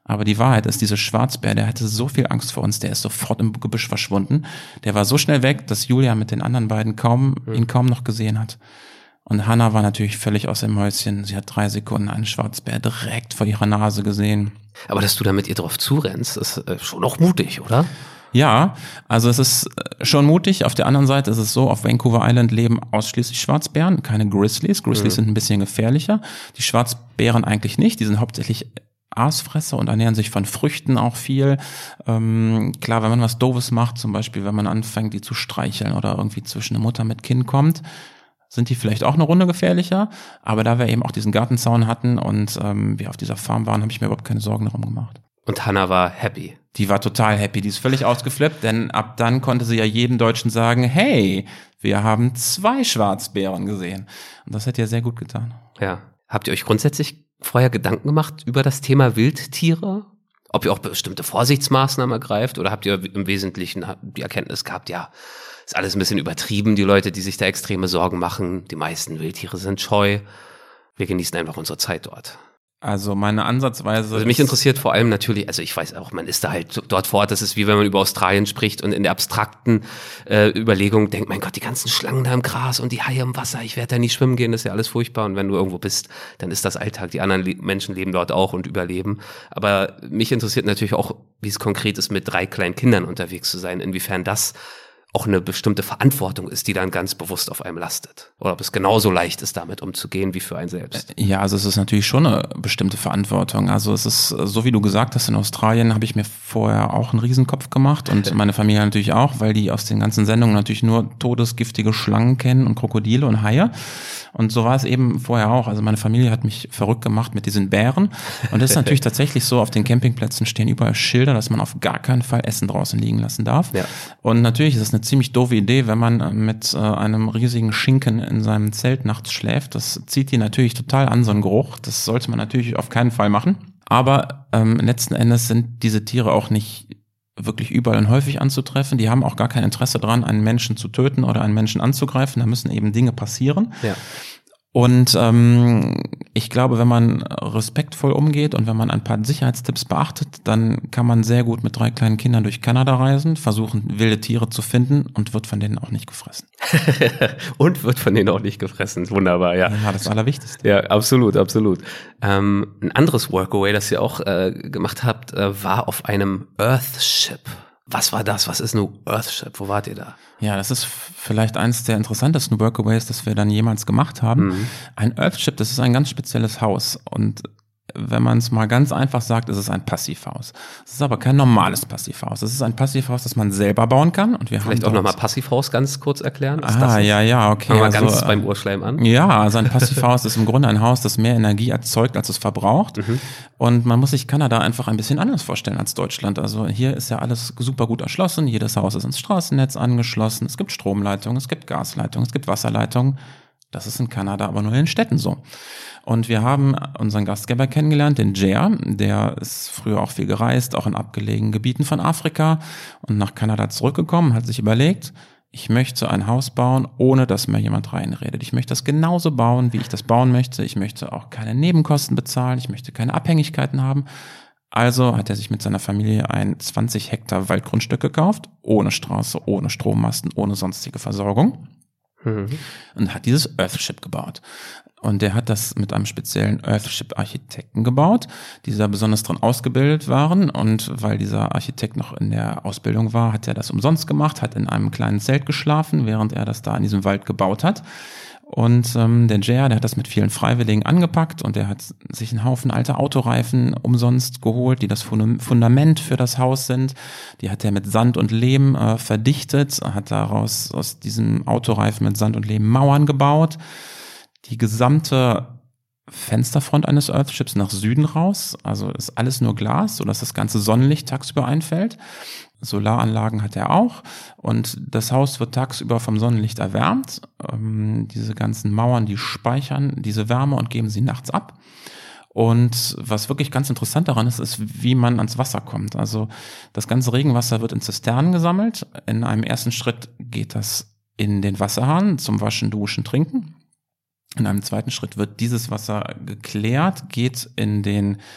Aber die Wahrheit ist, dieser Schwarzbär, der hatte so viel Angst vor uns, der ist sofort im Gebüsch verschwunden. Der war so schnell weg, dass Julia mit den anderen beiden ihn kaum noch gesehen hat. Und Hannah war natürlich völlig aus dem Häuschen. Sie hat 3 Sekunden einen Schwarzbär direkt vor ihrer Nase gesehen. Aber dass du da mit ihr drauf zurennst, ist schon auch mutig, oder? Ja, also es ist schon mutig. Auf der anderen Seite ist es so, auf Vancouver Island leben ausschließlich Schwarzbären, keine Grizzlies. Grizzlies sind ein bisschen gefährlicher. Die Schwarzbären eigentlich nicht. Die sind hauptsächlich Aasfresser und ernähren sich von Früchten auch viel. Klar, wenn man was Doofes macht, zum Beispiel, wenn man anfängt, die zu streicheln oder irgendwie zwischen eine Mutter mit Kind kommt, sind die vielleicht auch eine Runde gefährlicher. Aber da wir eben auch diesen Gartenzaun hatten und wir auf dieser Farm waren, habe ich mir überhaupt keine Sorgen darum gemacht. Und Hannah war happy. Die war total happy, die ist völlig ausgeflippt, denn ab dann konnte sie ja jedem Deutschen sagen, hey, wir haben 2 Schwarzbären gesehen. Und das hat ihr sehr gut getan. Ja. Habt ihr euch grundsätzlich vorher Gedanken gemacht über das Thema Wildtiere? Ob ihr auch bestimmte Vorsichtsmaßnahmen ergreift oder habt ihr im Wesentlichen die Erkenntnis gehabt, ja, ist alles ein bisschen übertrieben, die Leute, die sich da extreme Sorgen machen, die meisten Wildtiere sind scheu, wir genießen einfach unsere Zeit dort. Also meine Ansatzweise... Also mich interessiert vor allem natürlich, also ich weiß auch, man ist da halt dort vor Ort, das ist wie wenn man über Australien spricht und in der abstrakten Überlegung denkt, mein Gott, die ganzen Schlangen da im Gras und die Haie im Wasser, ich werde da nicht schwimmen gehen, das ist ja alles furchtbar und wenn du irgendwo bist, dann ist das Alltag, die anderen Menschen leben dort auch und überleben. Aber mich interessiert natürlich auch, wie es konkret ist, mit 3 kleinen Kindern unterwegs zu sein, inwiefern das auch eine bestimmte Verantwortung ist, die dann ganz bewusst auf einem lastet. Oder ob es genauso leicht ist, damit umzugehen, wie für einen selbst. Ja, also es ist natürlich schon eine bestimmte Verantwortung. Also es ist, so wie du gesagt hast, in Australien habe ich mir vorher auch einen Riesenkopf gemacht und meine Familie natürlich auch, weil die aus den ganzen Sendungen natürlich nur todesgiftige Schlangen kennen und Krokodile und Haie. Und so war es eben vorher auch. Also meine Familie hat mich verrückt gemacht mit diesen Bären. Und es ist natürlich tatsächlich so, auf den Campingplätzen stehen überall Schilder, dass man auf gar keinen Fall Essen draußen liegen lassen darf. Ja. Und natürlich ist es eine ziemlich doofe Idee, wenn man mit einem riesigen Schinken in seinem Zelt nachts schläft. Das zieht die natürlich total an, so einen Geruch. Das sollte man natürlich auf keinen Fall machen. Aber letzten Endes sind diese Tiere auch nicht wirklich überall und häufig anzutreffen. Die haben auch gar kein Interesse daran, einen Menschen zu töten oder einen Menschen anzugreifen. Da müssen eben Dinge passieren. Ja. Und ich glaube, wenn man respektvoll umgeht und wenn man ein paar Sicherheitstipps beachtet, dann kann man sehr gut mit 3 kleinen Kindern durch Kanada reisen, versuchen, wilde Tiere zu finden und wird von denen auch nicht gefressen. Und wird von denen auch nicht gefressen. Wunderbar, ja. Ja, das Allerwichtigste. Ja, absolut, absolut. Ein anderes Workaway, das ihr auch gemacht habt, war auf einem Earthship. Was war das? Was ist ein Earthship? Wo wart ihr da? Ja, das ist vielleicht eines der interessantesten Workaways, das wir dann jemals gemacht haben. Mhm. Ein Earthship, das ist ein ganz spezielles Haus und wenn man es mal ganz einfach sagt, ist es ein Passivhaus. Es ist aber kein normales Passivhaus. Es ist ein Passivhaus, das man selber bauen kann. Und wir vielleicht auch nochmal Passivhaus ganz kurz erklären. Okay. Fangen wir ganz beim Urschleim an. Ja, also ein Passivhaus ist im Grunde ein Haus, das mehr Energie erzeugt, als es verbraucht. Mhm. Und man muss sich Kanada einfach ein bisschen anders vorstellen als Deutschland. Also hier ist ja alles super gut erschlossen. Jedes Haus ist ins Straßennetz angeschlossen. Es gibt Stromleitungen, es gibt Gasleitungen, es gibt Wasserleitungen. Das ist in Kanada aber nur in den Städten so. Und wir haben unseren Gastgeber kennengelernt, den Jer, der ist früher auch viel gereist, auch in abgelegenen Gebieten von Afrika und nach Kanada zurückgekommen, hat sich überlegt, ich möchte ein Haus bauen, ohne dass mir jemand reinredet. Ich möchte das genauso bauen, wie ich das bauen möchte. Ich möchte auch keine Nebenkosten bezahlen, ich möchte keine Abhängigkeiten haben. Also hat er sich mit seiner Familie ein 20 Hektar Waldgrundstück gekauft, ohne Straße, ohne Strommasten, ohne sonstige Versorgung. Und hat dieses Earthship gebaut. Und der hat das mit einem speziellen Earthship-Architekten gebaut, die da besonders dran ausgebildet waren. Und weil dieser Architekt noch in der Ausbildung war, hat er das umsonst gemacht, hat in einem kleinen Zelt geschlafen, während er das da in diesem Wald gebaut hat. Und der Jer, der hat das mit vielen Freiwilligen angepackt und der hat sich einen Haufen alter Autoreifen umsonst geholt, die das Fundament für das Haus sind. Die hat er mit Sand und Lehm verdichtet, hat daraus aus diesem Autoreifen mit Sand und Lehm Mauern gebaut. Die gesamte Fensterfront eines Earthships nach Süden raus, also ist alles nur Glas, sodass das ganze Sonnenlicht tagsüber einfällt. Solaranlagen hat er auch und das Haus wird tagsüber vom Sonnenlicht erwärmt. Diese ganzen Mauern, die speichern diese Wärme und geben sie nachts ab. Und was wirklich ganz interessant daran ist, ist, wie man ans Wasser kommt. Also das ganze Regenwasser wird in Zisternen gesammelt. In einem ersten Schritt geht das in den Wasserhahn zum Waschen, Duschen, Trinken. In einem zweiten Schritt wird dieses Wasser geklärt, geht in den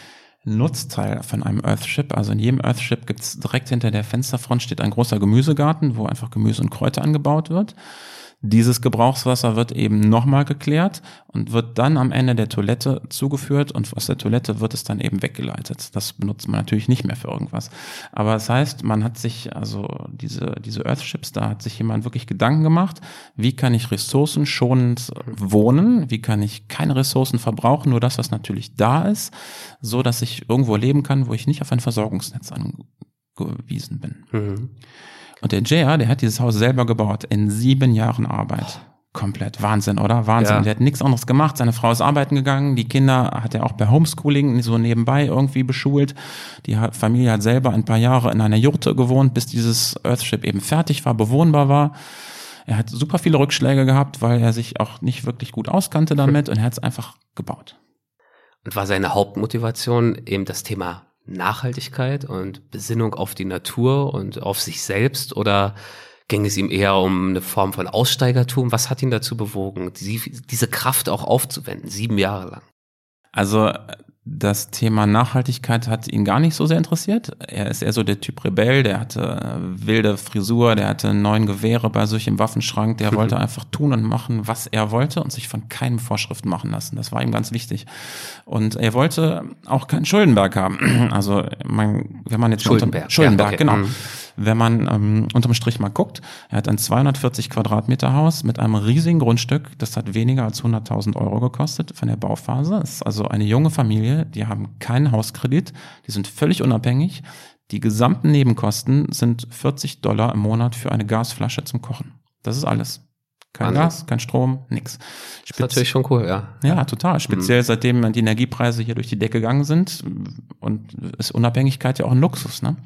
Nutzteil von einem Earthship. Also in jedem Earthship gibt es direkt hinter der Fensterfront steht ein großer Gemüsegarten, wo einfach Gemüse und Kräuter angebaut wird. Dieses Gebrauchswasser wird eben nochmal geklärt und wird dann am Ende der Toilette zugeführt und aus der Toilette wird es dann eben weggeleitet. Das benutzt man natürlich nicht mehr für irgendwas. Aber das heißt, man hat sich, also diese Earthships, da hat sich jemand wirklich Gedanken gemacht, wie kann ich ressourcenschonend wohnen, wie kann ich keine Ressourcen verbrauchen, nur das, was natürlich da ist, so dass ich irgendwo leben kann, wo ich nicht auf ein Versorgungsnetz angewiesen bin. Mhm. Und der J.R., der hat dieses Haus selber gebaut, in 7 Jahren Arbeit. Komplett Wahnsinn, oder? Wahnsinn. Ja. Der hat nichts anderes gemacht. Seine Frau ist arbeiten gegangen. Die Kinder hat er auch per Homeschooling so nebenbei irgendwie beschult. Die Familie hat selber ein paar Jahre in einer Jurte gewohnt, bis dieses Earthship eben fertig war, bewohnbar war. Er hat super viele Rückschläge gehabt, weil er sich auch nicht wirklich gut auskannte damit und er hat es einfach gebaut. Und war seine Hauptmotivation eben das Thema Nachhaltigkeit und Besinnung auf die Natur und auf sich selbst oder ging es ihm eher um eine Form von Aussteigertum? Was hat ihn dazu bewogen, diese Kraft auch aufzuwenden, 7 Jahre lang? Also das Thema Nachhaltigkeit hat ihn gar nicht so sehr interessiert. Er ist eher so der Typ Rebell, der hatte wilde Frisur, der hatte 9 Gewehre bei sich im Waffenschrank, der wollte einfach tun und machen, was er wollte und sich von keinen Vorschriften machen lassen. Das war ihm ganz wichtig. Und er wollte auch keinen Schuldenberg haben. Also wenn man jetzt Schuldenberg, ja, okay. Genau. Wenn man unterm Strich mal guckt, er hat ein 240 Quadratmeter Haus mit einem riesigen Grundstück, das hat weniger als 100.000 Euro gekostet von der Bauphase. Das ist also eine junge Familie, die haben keinen Hauskredit, die sind völlig unabhängig. Die gesamten Nebenkosten sind $40 im Monat für eine Gasflasche zum Kochen. Das ist alles. Kein Gas, kein Strom, nix. Das ist natürlich schon cool, ja. Ja, total. Speziell seitdem die Energiepreise hier durch die Decke gegangen sind und ist Unabhängigkeit ja auch ein Luxus, ne?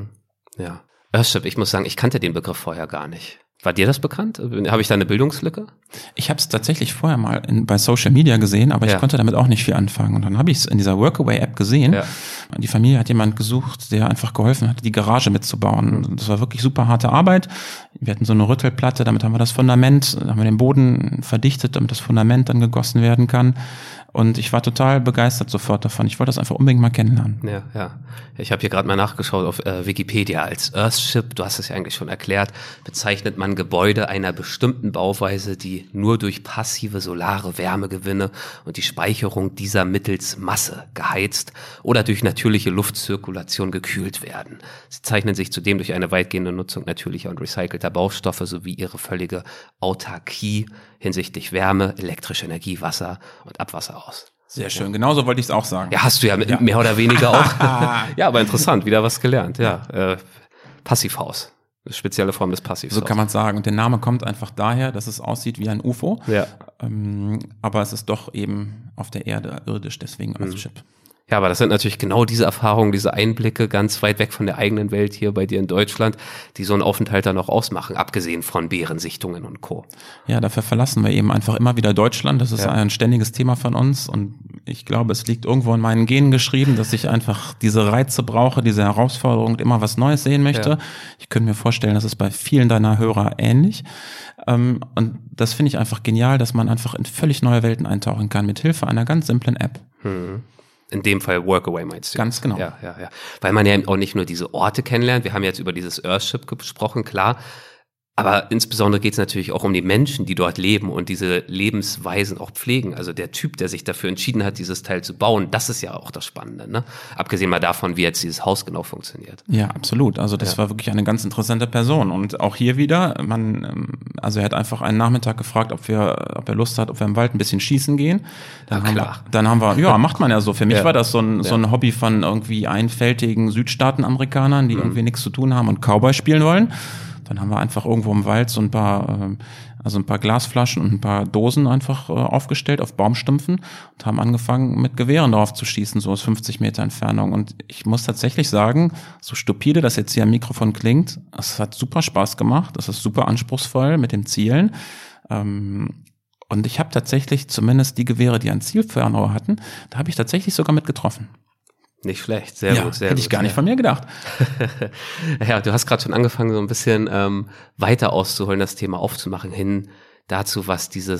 Ja. Earthship, ich muss sagen, ich kannte den Begriff vorher gar nicht. War dir das bekannt? Habe ich da eine Bildungslücke? Ich habe es tatsächlich vorher mal bei Social Media gesehen, aber ich konnte damit auch nicht viel anfangen. Und dann habe ich es in dieser Workaway-App gesehen. Ja. Die Familie hat jemand gesucht, der einfach geholfen hat, die Garage mitzubauen. Das war wirklich super harte Arbeit. Wir hatten so eine Rüttelplatte, damit haben wir das Fundament, haben wir den Boden verdichtet, damit das Fundament dann gegossen werden kann. Und ich war total begeistert sofort davon. Ich wollte das einfach unbedingt mal kennenlernen. Ja. Ich habe hier gerade mal nachgeschaut auf Wikipedia. Als Earthship, du hast es ja eigentlich schon erklärt, bezeichnet man Gebäude einer bestimmten Bauweise, die nur durch passive solare Wärmegewinne und die Speicherung dieser mittels Masse geheizt oder durch natürliche Luftzirkulation gekühlt werden. Sie zeichnen sich zudem durch eine weitgehende Nutzung natürlicher und recycelter Baustoffe sowie ihre völlige Autarkie hinsichtlich Wärme, elektrische Energie, Wasser und Abwasser aus. Sehr schön, genauso wollte ich es auch sagen. Ja, hast du ja mehr oder weniger auch. Ja, aber interessant, wieder was gelernt. Ja, Passivhaus, spezielle Form des Passivhaus. So kann man sagen. Und der Name kommt einfach daher, dass es aussieht wie ein UFO. Ja. Aber es ist doch eben auf der Erde irdisch, deswegen Earthship. Ja, aber das sind natürlich genau diese Erfahrungen, diese Einblicke ganz weit weg von der eigenen Welt hier bei dir in Deutschland, die so einen Aufenthalt dann auch ausmachen, abgesehen von Bärensichtungen und Co. Ja, dafür verlassen wir eben einfach immer wieder Deutschland. Das ist ein ständiges Thema von uns und ich glaube, es liegt irgendwo in meinen Genen geschrieben, dass ich einfach diese Reize brauche, diese Herausforderung und immer was Neues sehen möchte. Ja. Ich könnte mir vorstellen, das ist bei vielen deiner Hörer ähnlich. Und das finde ich einfach genial, dass man einfach in völlig neue Welten eintauchen kann, mit Hilfe einer ganz simplen App. In dem Fall Workaway meinst du? Ganz genau. Ja. Weil man ja eben auch nicht nur diese Orte kennenlernt. Wir haben jetzt über dieses Earthship gesprochen, klar. Aber insbesondere geht es natürlich auch um die Menschen, die dort leben und diese Lebensweisen auch pflegen. Also der Typ, der sich dafür entschieden hat, dieses Teil zu bauen, das ist ja auch das Spannende, ne? Abgesehen mal davon, wie jetzt dieses Haus genau funktioniert. Ja, absolut. Also das war wirklich eine ganz interessante Person. Und auch hier wieder, also er hat einfach einen Nachmittag gefragt, ob er Lust hat, ob wir im Wald ein bisschen schießen gehen. Dann haben wir, ja, macht man ja so. Für mich war das so ein Hobby von irgendwie einfältigen Südstaaten-Amerikanern, die irgendwie nichts zu tun haben und Cowboy spielen wollen. Dann haben wir einfach irgendwo im Wald so ein paar Glasflaschen und ein paar Dosen einfach aufgestellt auf Baumstümpfen und haben angefangen mit Gewehren drauf zu schießen, so aus 50 Meter Entfernung. Und ich muss tatsächlich sagen, so stupide das jetzt hier am Mikrofon klingt, es hat super Spaß gemacht, es ist super anspruchsvoll mit dem Zielen. Und ich habe tatsächlich zumindest die Gewehre, die ein Zielfernrohr hatten, da habe ich tatsächlich sogar mit getroffen. Nicht schlecht, sehr gut. Hätte ich gar nicht von mir gedacht. Ja, du hast gerade schon angefangen, so ein bisschen weiter auszuholen, das Thema aufzumachen, hin dazu, was dieses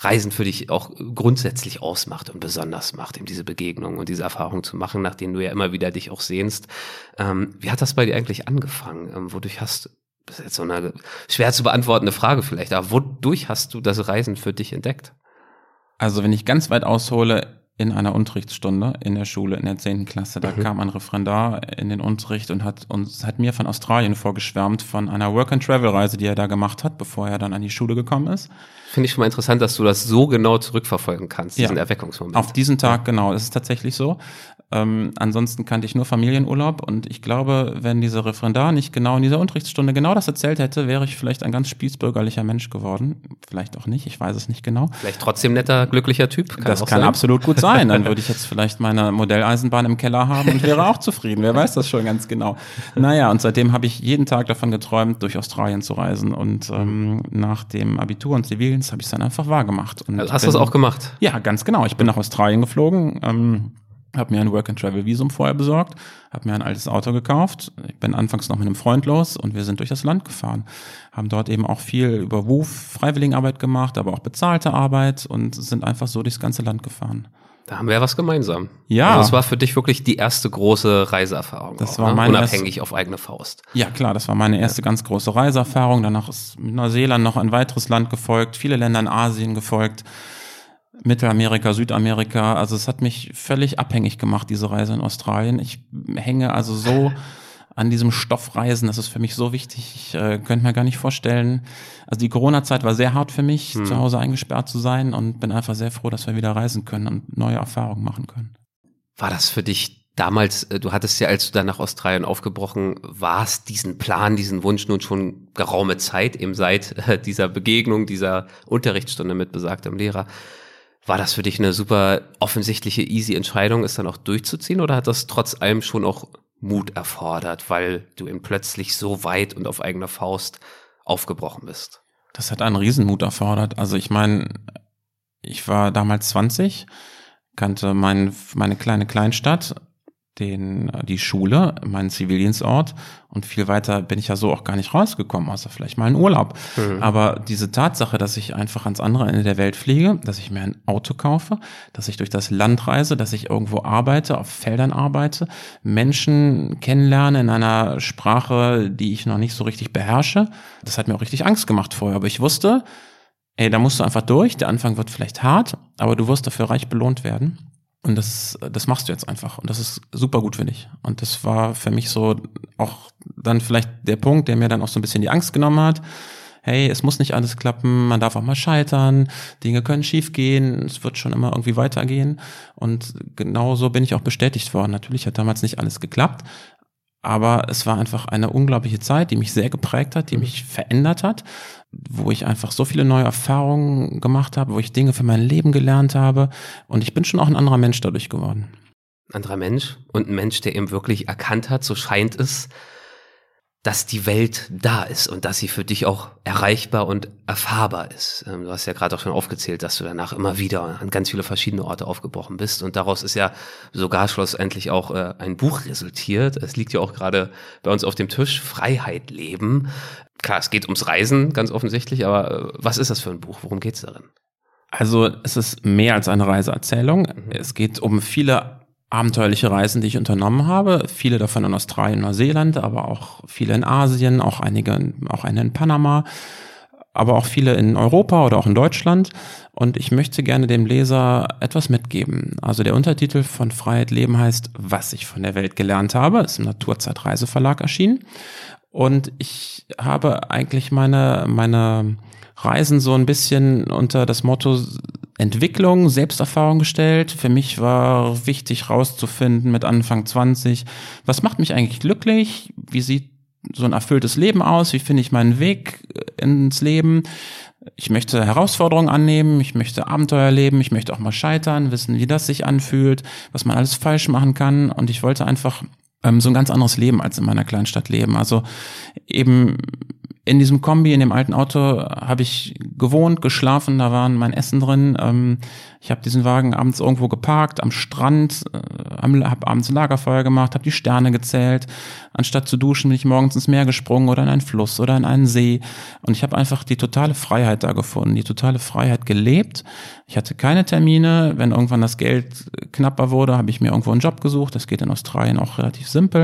Reisen für dich auch grundsätzlich ausmacht und besonders macht, eben diese Begegnung und diese Erfahrung zu machen, nach denen du ja immer wieder dich auch sehnst. Wie hat das bei dir eigentlich angefangen? Das ist jetzt so eine schwer zu beantwortende Frage vielleicht, aber wodurch hast du das Reisen für dich entdeckt? Also wenn ich ganz weit aushole, in einer Unterrichtsstunde in der Schule, in der 10. Klasse, da kam ein Referendar in den Unterricht und hat mir von Australien vorgeschwärmt, von einer Work-and-Travel-Reise, die er da gemacht hat, bevor er dann an die Schule gekommen ist. Finde ich schon mal interessant, dass du das so genau zurückverfolgen kannst, diesen Erweckungsmoment. Auf diesen Tag, genau, das ist tatsächlich so. Ansonsten kannte ich nur Familienurlaub und ich glaube, wenn dieser Referendar nicht genau in dieser Unterrichtsstunde genau das erzählt hätte, wäre ich vielleicht ein ganz spießbürgerlicher Mensch geworden. Vielleicht auch nicht, ich weiß es nicht genau. Vielleicht trotzdem netter, glücklicher Typ. Das kann absolut gut sein. Dann würde ich jetzt vielleicht meine Modelleisenbahn im Keller haben und wäre auch zufrieden. Wer weiß das schon ganz genau. Naja, und seitdem habe ich jeden Tag davon geträumt, durch Australien zu reisen. Und nach dem Abitur und Zivildienst habe ich es dann einfach wahrgemacht. Und also hast du es auch gemacht? Ja, ganz genau. Ich bin nach Australien geflogen, habe mir ein Work-and-Travel-Visum vorher besorgt, habe mir ein altes Auto gekauft. Ich bin anfangs noch mit einem Freund los und wir sind durch das Land gefahren. Haben dort eben auch viel über WWOOF, Freiwilligenarbeit gemacht, aber auch bezahlte Arbeit und sind einfach so durchs ganze Land gefahren. Da haben wir ja was gemeinsam. Ja. Also das war für dich wirklich die erste große Reiseerfahrung. Das auch, war meine unabhängig auf eigene Faust. Ja, klar, das war meine erste ganz große Reiseerfahrung. Danach ist mit Neuseeland noch ein weiteres Land gefolgt, viele Länder in Asien gefolgt. Mittelamerika, Südamerika, also es hat mich völlig abhängig gemacht, diese Reise in Australien. Ich hänge also so an diesem Stoffreisen, das ist für mich so wichtig, ich könnte mir gar nicht vorstellen. Also die Corona-Zeit war sehr hart für mich, zu Hause eingesperrt zu sein und bin einfach sehr froh, dass wir wieder reisen können und neue Erfahrungen machen können. War das für dich damals, du hattest ja, als du dann nach Australien aufgebrochen warst, diesen Plan, diesen Wunsch nun schon geraume Zeit, eben seit dieser Begegnung, dieser Unterrichtsstunde mit besagtem Lehrer. War das für dich eine super offensichtliche, easy Entscheidung, es dann auch durchzuziehen, oder hat das trotz allem schon auch Mut erfordert, weil du eben plötzlich so weit und auf eigene Faust aufgebrochen bist? Das hat einen Riesenmut erfordert. Also ich meine, ich war damals 20, kannte meine kleine Kleinstadt, die Schule, meinen Zivildienstort, und viel weiter bin ich ja so auch gar nicht rausgekommen, außer vielleicht mal einen Urlaub. Aber diese Tatsache, dass ich einfach ans andere Ende der Welt fliege, dass ich mir ein Auto kaufe, dass ich durch das Land reise, dass ich irgendwo arbeite, auf Feldern arbeite, Menschen kennenlerne in einer Sprache, die ich noch nicht so richtig beherrsche, das hat mir auch richtig Angst gemacht vorher. Aber ich wusste, da musst du einfach durch, der Anfang wird vielleicht hart, aber du wirst dafür reich belohnt werden. Und das machst du jetzt einfach. Und das ist super gut für dich. Und das war für mich so auch dann vielleicht der Punkt, der mir dann auch so ein bisschen die Angst genommen hat. Hey, es muss nicht alles klappen, man darf auch mal scheitern, Dinge können schief gehen, es wird schon immer irgendwie weitergehen. Und genauso bin ich auch bestätigt worden. Natürlich hat damals nicht alles geklappt, aber es war einfach eine unglaubliche Zeit, die mich sehr geprägt hat, die mich verändert hat, wo ich einfach so viele neue Erfahrungen gemacht habe, wo ich Dinge für mein Leben gelernt habe, und ich bin schon auch ein anderer Mensch dadurch geworden. Ein anderer Mensch und ein Mensch, der eben wirklich erkannt hat, so scheint es, dass die Welt da ist und dass sie für dich auch erreichbar und erfahrbar ist. Du hast ja gerade auch schon aufgezählt, dass du danach immer wieder an ganz viele verschiedene Orte aufgebrochen bist, und daraus ist ja sogar schlussendlich auch ein Buch resultiert. Es liegt ja auch gerade bei uns auf dem Tisch, Freiheit leben. Klar, es geht ums Reisen, ganz offensichtlich, aber was ist das für ein Buch? Worum geht's darin? Also es ist mehr als eine Reiseerzählung. Es geht um viele abenteuerliche Reisen, die ich unternommen habe, viele davon in Australien, Neuseeland, aber auch viele in Asien, auch eine in Panama, aber auch viele in Europa oder auch in Deutschland. Und ich möchte gerne dem Leser etwas mitgeben. Also der Untertitel von Freiheit leben heißt, was ich von der Welt gelernt habe. Ist im Naturzeit Reiseverlag erschienen. Und ich habe eigentlich meine Reisen so ein bisschen unter das Motto Entwicklung, Selbsterfahrung gestellt. Für mich war wichtig rauszufinden mit Anfang 20, was macht mich eigentlich glücklich? Wie sieht so ein erfülltes Leben aus? Wie finde ich meinen Weg ins Leben? Ich möchte Herausforderungen annehmen, ich möchte Abenteuer erleben, ich möchte auch mal scheitern, wissen, wie das sich anfühlt, was man alles falsch machen kann. Und ich wollte einfach so ein ganz anderes Leben als in meiner Kleinstadt leben. Also eben in diesem Kombi, in dem alten Auto, habe ich gewohnt, geschlafen, da war mein Essen drin. Ich habe diesen Wagen abends irgendwo geparkt, am Strand, habe abends ein Lagerfeuer gemacht, habe die Sterne gezählt. Anstatt zu duschen bin ich morgens ins Meer gesprungen oder in einen Fluss oder in einen See. Und ich habe einfach die totale Freiheit da gefunden, die totale Freiheit gelebt. Ich hatte keine Termine. Wenn irgendwann das Geld knapper wurde, habe ich mir irgendwo einen Job gesucht. Das geht in Australien auch relativ simpel.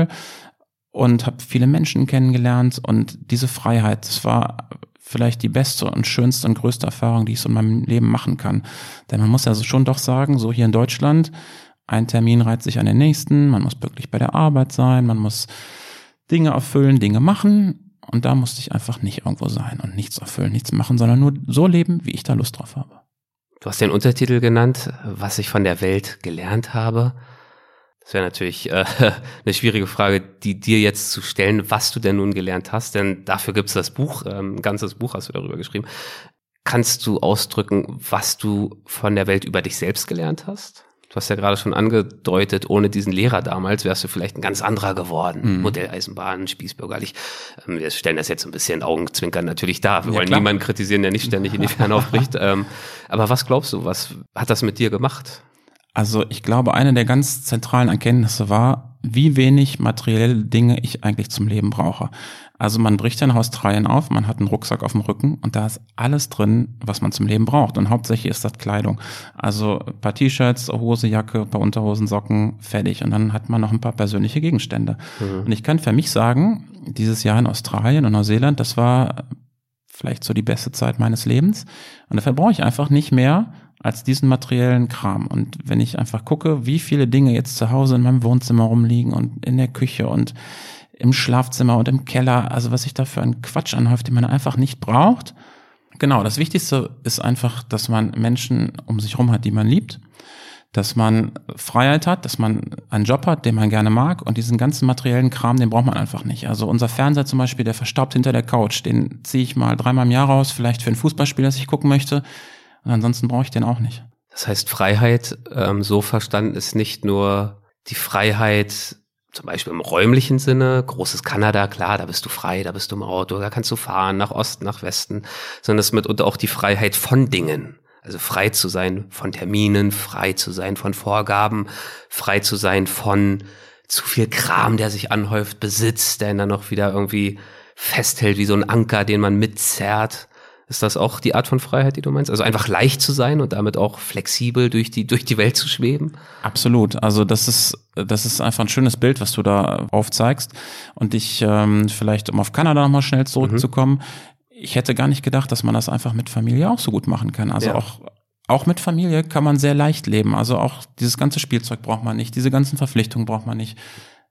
Und habe viele Menschen kennengelernt und diese Freiheit, das war vielleicht die beste und schönste und größte Erfahrung, die ich so in meinem Leben machen kann. Denn man muss ja schon doch sagen, so hier in Deutschland, ein Termin reiht sich an den nächsten, man muss wirklich bei der Arbeit sein, man muss Dinge erfüllen, Dinge machen und da musste ich einfach nicht irgendwo sein und nichts erfüllen, nichts machen, sondern nur so leben, wie ich da Lust drauf habe. Du hast den Untertitel genannt, was ich von der Welt gelernt habe. Das wäre natürlich eine schwierige Frage, die dir jetzt zu stellen, was du denn nun gelernt hast, denn dafür gibt's das Buch, ein ganzes Buch hast du darüber geschrieben. Kannst du ausdrücken, was du von der Welt über dich selbst gelernt hast? Du hast ja gerade schon angedeutet, ohne diesen Lehrer damals wärst du vielleicht ein ganz anderer geworden. Modelleisenbahn, spießbürgerlich. Wir stellen das jetzt ein bisschen Augenzwinkern natürlich dar. Wir wollen niemanden kritisieren, der nicht ständig in die Ferne aufbricht. Aber was glaubst du, was hat das mit dir gemacht? Also ich glaube, eine der ganz zentralen Erkenntnisse war, wie wenig materielle Dinge ich eigentlich zum Leben brauche. Also man bricht in Australien auf, man hat einen Rucksack auf dem Rücken und da ist alles drin, was man zum Leben braucht. Und hauptsächlich ist das Kleidung. Also ein paar T-Shirts, Hose, Jacke, ein paar Unterhosen, Socken, fertig. Und dann hat man noch ein paar persönliche Gegenstände. Und ich kann für mich sagen, dieses Jahr in Australien und Neuseeland, das war vielleicht so die beste Zeit meines Lebens. Und dafür brauche ich einfach nicht mehr als diesen materiellen Kram. Und wenn ich einfach gucke, wie viele Dinge jetzt zu Hause in meinem Wohnzimmer rumliegen und in der Küche und im Schlafzimmer und im Keller, also was sich da für einen Quatsch anhäuft, den man einfach nicht braucht. Genau, das Wichtigste ist einfach, dass man Menschen um sich rum hat, die man liebt, dass man Freiheit hat, dass man einen Job hat, den man gerne mag und diesen ganzen materiellen Kram, den braucht man einfach nicht. Also unser Fernseher zum Beispiel, der verstaubt hinter der Couch, den ziehe ich mal 3-mal im Jahr raus, vielleicht für ein Fußballspiel, das ich gucken möchte. Und ansonsten brauche ich den auch nicht. Das heißt, Freiheit, so verstanden, ist nicht nur die Freiheit, zum Beispiel im räumlichen Sinne, großes Kanada, klar, da bist du frei, da bist du im Auto, da kannst du fahren, nach Osten, nach Westen, sondern es ist mitunter auch die Freiheit von Dingen. Also frei zu sein von Terminen, frei zu sein von Vorgaben, frei zu sein von zu viel Kram, der sich anhäuft, Besitz, der ihn dann noch wieder irgendwie festhält, wie so ein Anker, den man mitzerrt. Ist das auch die Art von Freiheit, die du meinst? Also einfach leicht zu sein und damit auch flexibel durch die Welt zu schweben? Absolut. Also das ist einfach ein schönes Bild, was du da aufzeigst. Und ich vielleicht, um auf Kanada nochmal schnell zurückzukommen, ich hätte gar nicht gedacht, dass man das einfach mit Familie auch so gut machen kann. Also auch mit Familie kann man sehr leicht leben. Also auch dieses ganze Spielzeug braucht man nicht, diese ganzen Verpflichtungen braucht man nicht.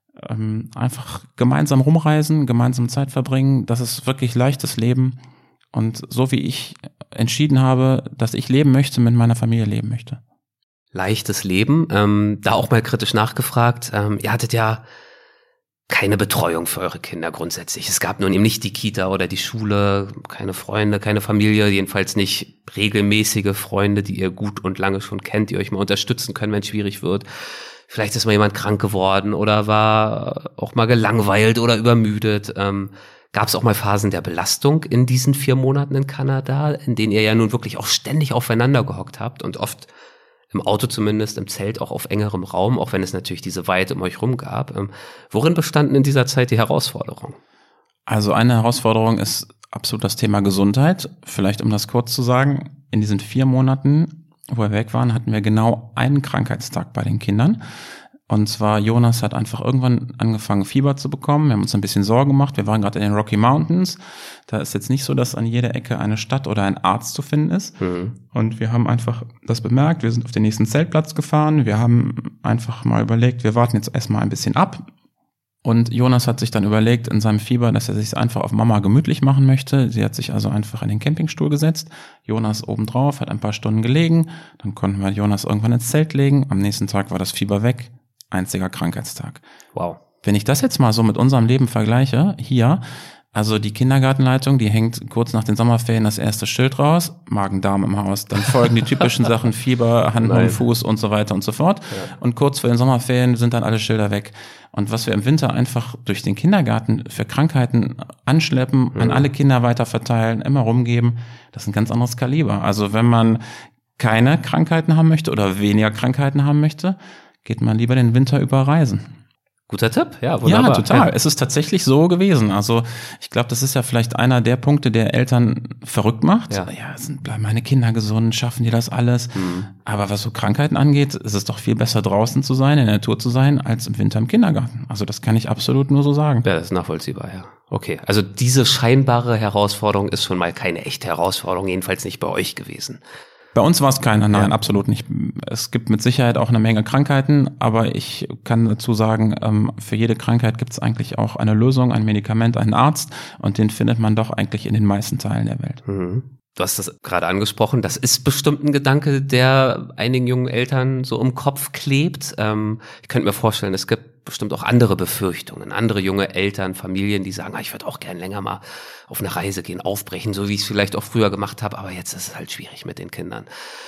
Einfach gemeinsam rumreisen, gemeinsam Zeit verbringen, das ist wirklich leichtes Leben. Und so wie ich entschieden habe, dass ich leben möchte, mit meiner Familie leben möchte. Leichtes Leben, da auch mal kritisch nachgefragt. Ihr hattet ja keine Betreuung für eure Kinder grundsätzlich. Es gab nun eben nicht die Kita oder die Schule, keine Freunde, keine Familie, jedenfalls nicht regelmäßige Freunde, die ihr gut und lange schon kennt, die euch mal unterstützen können, wenn es schwierig wird. Vielleicht ist mal jemand krank geworden oder war auch mal gelangweilt oder übermüdet. Gab es auch mal Phasen der Belastung in diesen 4 Monaten in Kanada, in denen ihr ja nun wirklich auch ständig aufeinander gehockt habt und oft im Auto zumindest, im Zelt auch auf engerem Raum, auch wenn es natürlich diese Weite um euch rum gab. Worin bestanden in dieser Zeit die Herausforderungen? Also eine Herausforderung ist absolut das Thema Gesundheit. Vielleicht um das kurz zu sagen, in diesen 4 Monaten, wo wir weg waren, hatten wir genau einen Krankheitstag bei den Kindern. Und zwar Jonas hat einfach irgendwann angefangen, Fieber zu bekommen. Wir haben uns ein bisschen Sorgen gemacht. Wir waren gerade in den Rocky Mountains. Da ist jetzt nicht so, dass an jeder Ecke eine Stadt oder ein Arzt zu finden ist. Und wir haben einfach das bemerkt. Wir sind auf den nächsten Zeltplatz gefahren. Wir haben einfach mal überlegt, wir warten jetzt erstmal ein bisschen ab. Und Jonas hat sich dann überlegt in seinem Fieber, dass er sich einfach auf Mama gemütlich machen möchte. Sie hat sich also einfach in den Campingstuhl gesetzt. Jonas obendrauf, hat ein paar Stunden gelegen. Dann konnten wir Jonas irgendwann ins Zelt legen. Am nächsten Tag war das Fieber weg. Einziger Krankheitstag. Wow. Wenn ich das jetzt mal so mit unserem Leben vergleiche, hier, Also die Kindergartenleitung, die hängt kurz nach den Sommerferien das erste Schild raus, Magen-Darm im Haus. Dann folgen die typischen Sachen, Fieber, Hand und Fuß und so weiter und so fort. Ja. Und kurz vor den Sommerferien sind dann alle Schilder weg. Und was wir im Winter einfach durch den Kindergarten für Krankheiten anschleppen, an alle Kinder weiter verteilen, immer rumgeben, das ist ein ganz anderes Kaliber. Also wenn man keine Krankheiten haben möchte oder weniger Krankheiten haben möchte, geht man lieber den Winter über reisen. Guter Tipp, ja, wunderbar. Ja, total. Ja. Es ist tatsächlich so gewesen. Also ich glaube, das ist ja vielleicht einer der Punkte, der Eltern verrückt macht. Ja, bleiben meine Kinder gesund, schaffen die das alles. Aber was so Krankheiten angeht, ist es doch viel besser draußen zu sein, in der Natur zu sein, als im Winter im Kindergarten. Also das kann ich absolut nur so sagen. Ja, das ist nachvollziehbar, ja. Okay, also diese scheinbare Herausforderung ist schon mal keine echte Herausforderung, jedenfalls nicht bei euch gewesen. Bei uns war es keiner, nein, absolut nicht. Es gibt mit Sicherheit auch eine Menge Krankheiten, aber ich kann dazu sagen, für jede Krankheit gibt es eigentlich auch eine Lösung, ein Medikament, einen Arzt und den findet man doch eigentlich in den meisten Teilen der Welt. Du hast das gerade angesprochen, das ist bestimmt ein Gedanke, der einigen jungen Eltern so im Kopf klebt. Ich könnte mir vorstellen, es gibt bestimmt auch andere Befürchtungen, andere junge Eltern, Familien, die sagen, ich würde auch gern länger mal auf eine Reise gehen, aufbrechen, so wie ich es vielleicht auch früher gemacht habe, aber jetzt ist es halt schwierig mit den Kindern.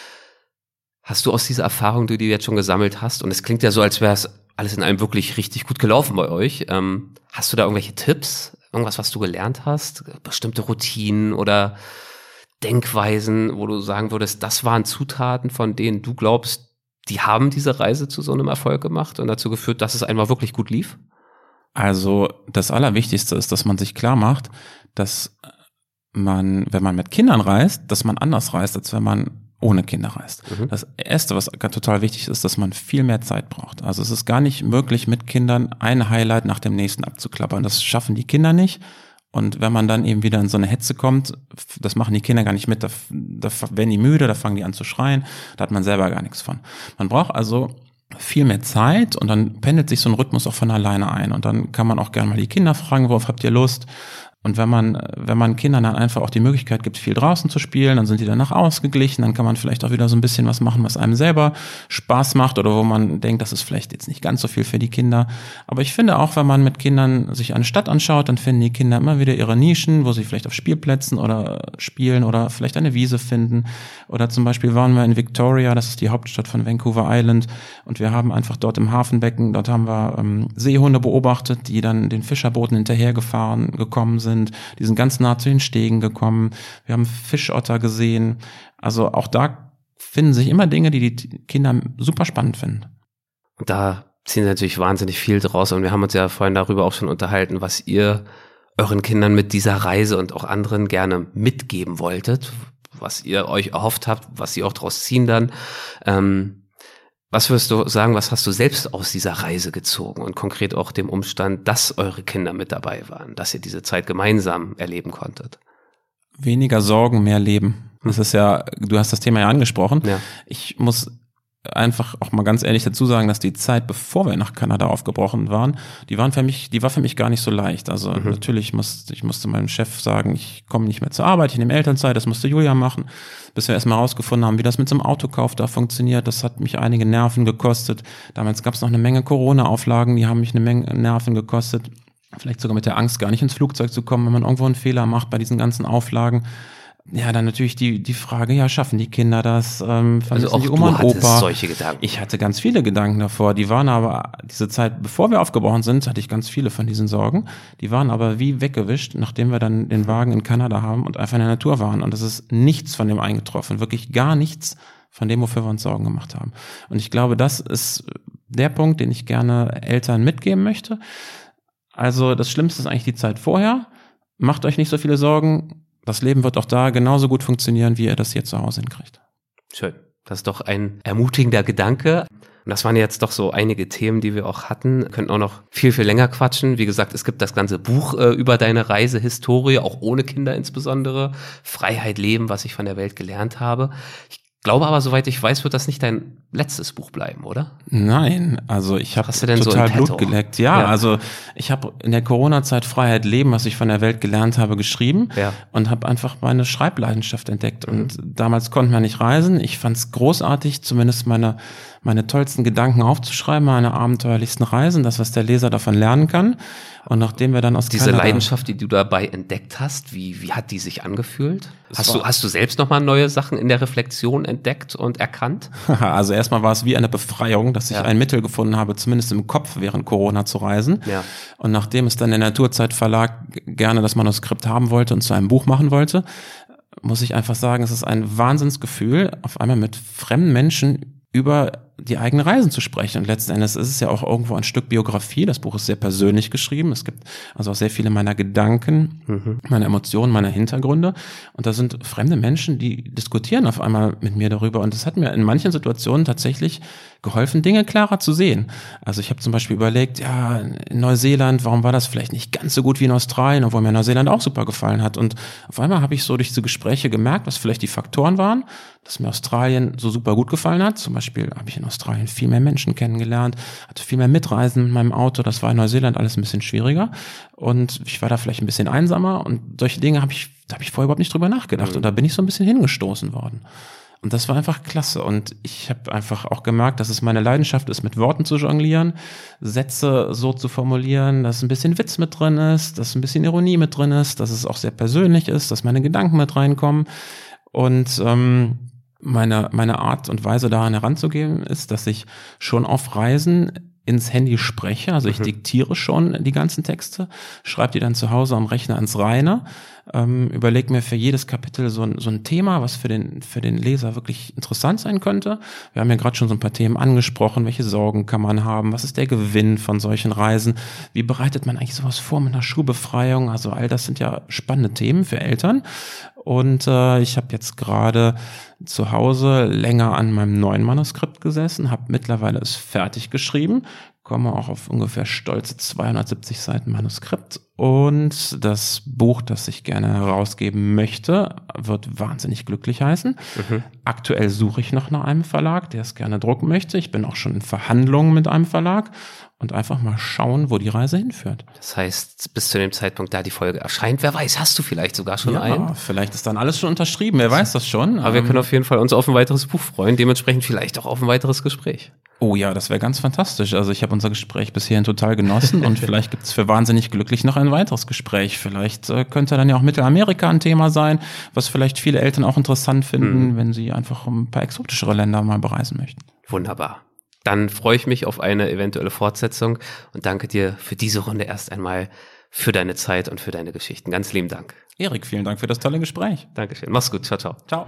Hast du aus dieser Erfahrung, die du jetzt schon gesammelt hast, und es klingt ja so, als wäre es alles in allem wirklich richtig gut gelaufen bei euch, hast du da irgendwelche Tipps, irgendwas, was du gelernt hast, bestimmte Routinen oder Denkweisen, wo du sagen würdest, das waren Zutaten, von denen du glaubst, die haben diese Reise zu so einem Erfolg gemacht und dazu geführt, dass es einmal wirklich gut lief? Also das Allerwichtigste ist, dass man sich klar macht, dass man, wenn man mit Kindern reist, dass man anders reist, als wenn man ohne Kinder reist. Das Erste, was total wichtig ist, dass man viel mehr Zeit braucht. Also es ist gar nicht möglich, mit Kindern ein Highlight nach dem nächsten abzuklappern. Das schaffen die Kinder nicht. Und wenn man dann eben wieder in so eine Hetze kommt, das machen die Kinder gar nicht mit, da werden die müde, da fangen die an zu schreien, da hat man selber gar nichts von. Man braucht also viel mehr Zeit und dann pendelt sich so ein Rhythmus auch von alleine ein. Und dann kann man auch gerne mal die Kinder fragen, worauf habt ihr Lust? Und wenn man Kindern dann einfach auch die Möglichkeit gibt, viel draußen zu spielen, dann sind die danach ausgeglichen, dann kann man vielleicht auch wieder so ein bisschen was machen, was einem selber Spaß macht oder wo man denkt, das ist vielleicht jetzt nicht ganz so viel für die Kinder. Aber ich finde auch, wenn man mit Kindern sich eine Stadt anschaut, dann finden die Kinder immer wieder ihre Nischen, wo sie vielleicht auf Spielplätzen oder spielen oder vielleicht eine Wiese finden. Oder zum Beispiel waren wir in Victoria, das ist die Hauptstadt von Vancouver Island, und wir haben einfach dort im Hafenbecken, dort haben wir Seehunde beobachtet, die dann den Fischerbooten gekommen sind. Die sind ganz nah zu den Stegen gekommen. Wir haben Fischotter gesehen. Also auch da finden sich immer Dinge, die Kinder super spannend finden. Und da ziehen sie natürlich wahnsinnig viel draus. Und wir haben uns ja vorhin darüber auch schon unterhalten, was ihr euren Kindern mit dieser Reise und auch anderen gerne mitgeben wolltet, was ihr euch erhofft habt, was sie auch draus ziehen dann. Was würdest du sagen, was hast du selbst aus dieser Reise gezogen und konkret auch dem Umstand, dass eure Kinder mit dabei waren, dass ihr diese Zeit gemeinsam erleben konntet? Weniger Sorgen, mehr Leben. Das ist ja, du hast das Thema ja angesprochen. Ja. Ich muss einfach auch mal ganz ehrlich dazu sagen, dass die Zeit, bevor wir nach Kanada aufgebrochen waren, die war für mich gar nicht so leicht. Also natürlich musste meinem Chef sagen, ich komme nicht mehr zur Arbeit, ich nehme Elternzeit, das musste Julia machen, bis wir erstmal rausgefunden haben, wie das mit so einem Autokauf da funktioniert. Das hat mich einige Nerven gekostet. Damals gab es noch eine Menge Corona-Auflagen, die haben mich eine Menge Nerven gekostet. Vielleicht sogar mit der Angst, gar nicht ins Flugzeug zu kommen, wenn man irgendwo einen Fehler macht bei diesen ganzen Auflagen. Ja, dann natürlich die Frage, ja, schaffen die Kinder das? Also auch die Oma und Opa? Solche Gedanken. Ich hatte ganz viele Gedanken davor. Die waren aber, diese Zeit, bevor wir aufgebrochen sind, hatte ich ganz viele von diesen Sorgen. Die waren aber wie weggewischt, nachdem wir dann den Wagen in Kanada haben und einfach in der Natur waren. Und es ist nichts von dem eingetroffen, wirklich gar nichts von dem, wofür wir uns Sorgen gemacht haben. Und ich glaube, das ist der Punkt, den ich gerne Eltern mitgeben möchte. Also das Schlimmste ist eigentlich die Zeit vorher. Macht euch nicht so viele Sorgen. Das Leben wird auch da genauso gut funktionieren, wie ihr das hier zu Hause hinkriegt. Schön. Das ist doch ein ermutigender Gedanke. Und das waren jetzt doch so einige Themen, die wir auch hatten. Wir könnten auch noch viel, viel länger quatschen. Wie gesagt, es gibt das ganze Buch über deine Reisehistorie, auch ohne Kinder insbesondere. Freiheit leben, was ich von der Welt gelernt habe. Ich glaube aber, soweit ich weiß, wird das nicht dein letztes Buch bleiben, oder? Nein, also ich habe total so Blut geleckt. Ja, also ich habe in der Corona-Zeit Freiheit leben, was ich von der Welt gelernt habe, geschrieben und habe einfach meine Schreibleidenschaft entdeckt. Und damals konnten wir nicht reisen. Ich fand es großartig, zumindest meine tollsten Gedanken aufzuschreiben, meine abenteuerlichsten Reisen, das, was der Leser davon lernen kann. Und nachdem wir dann aus diese Leidenschaft, die du dabei entdeckt hast, wie hat die sich angefühlt? Hast du selbst nochmal neue Sachen in der Reflexion entdeckt und erkannt? Also erstmal war es wie eine Befreiung, dass ich ein Mittel gefunden habe, zumindest im Kopf während Corona zu reisen. Ja. Und nachdem es dann der Naturzeit-Verlag gerne das Manuskript haben wollte und zu einem Buch machen wollte, muss ich einfach sagen, es ist ein Wahnsinnsgefühl, auf einmal mit fremden Menschen über die eigenen Reisen zu sprechen. Und letzten Endes ist es ja auch irgendwo ein Stück Biografie. Das Buch ist sehr persönlich geschrieben. Es gibt also auch sehr viele meiner Gedanken, meiner Emotionen, meiner Hintergründe. Und da sind fremde Menschen, die diskutieren auf einmal mit mir darüber. Und das hat mir in manchen Situationen tatsächlich geholfen, Dinge klarer zu sehen. Also ich habe zum Beispiel überlegt, ja, in Neuseeland, warum war das vielleicht nicht ganz so gut wie in Australien, obwohl mir Neuseeland auch super gefallen hat. Und auf einmal habe ich so durch diese Gespräche gemerkt, was vielleicht die Faktoren waren, dass mir Australien so super gut gefallen hat. Zum Beispiel habe ich in Australien viel mehr Menschen kennengelernt, hatte viel mehr Mitreisen mit meinem Auto. Das war in Neuseeland alles ein bisschen schwieriger. Und ich war da vielleicht ein bisschen einsamer. Und solche Dinge da habe ich vorher überhaupt nicht drüber nachgedacht. Und da bin ich so ein bisschen hingestoßen worden. Und das war einfach klasse. Und ich habe einfach auch gemerkt, dass es meine Leidenschaft ist, mit Worten zu jonglieren, Sätze so zu formulieren, dass ein bisschen Witz mit drin ist, dass ein bisschen Ironie mit drin ist, dass es auch sehr persönlich ist, dass meine Gedanken mit reinkommen. Und meine Art und Weise daran heranzugehen ist, dass ich schon auf Reisen ins Handy spreche, also ich diktiere schon die ganzen Texte, schreibe die dann zu Hause am Rechner ins Reine, überlege mir für jedes Kapitel so ein Thema, was für den Leser wirklich interessant sein könnte. Wir haben ja gerade schon so ein paar Themen angesprochen, welche Sorgen kann man haben, was ist der Gewinn von solchen Reisen, wie bereitet man eigentlich sowas vor mit einer Schulbefreiung, also all das sind ja spannende Themen für Eltern. Und ich habe jetzt gerade zu Hause länger an meinem neuen Manuskript gesessen, habe mittlerweile es fertig geschrieben, komme auch auf ungefähr stolze 270 Seiten Manuskript. Und das Buch, das ich gerne herausgeben möchte, wird wahnsinnig glücklich heißen. Aktuell suche ich noch nach einem Verlag, der es gerne drucken möchte. Ich bin auch schon in Verhandlungen mit einem Verlag. Und einfach mal schauen, wo die Reise hinführt. Das heißt, bis zu dem Zeitpunkt, da die Folge erscheint, wer weiß, hast du vielleicht sogar schon einen? Ja, vielleicht ist dann alles schon unterschrieben, wer weiß das schon. Aber wir können auf jeden Fall uns auf ein weiteres Buch freuen, dementsprechend vielleicht auch auf ein weiteres Gespräch. Oh ja, das wäre ganz fantastisch. Also ich habe unser Gespräch bisher total genossen und vielleicht gibt es für wahnsinnig glücklich noch ein weiteres Gespräch. Vielleicht könnte dann ja auch Mittelamerika ein Thema sein, was vielleicht viele Eltern auch interessant finden, wenn sie einfach ein paar exotischere Länder mal bereisen möchten. Wunderbar. Dann freue ich mich auf eine eventuelle Fortsetzung und danke dir für diese Runde erst einmal für deine Zeit und für deine Geschichten. Ganz lieben Dank. Erik, vielen Dank für das tolle Gespräch. Dankeschön. Mach's gut. Ciao, ciao. Ciao.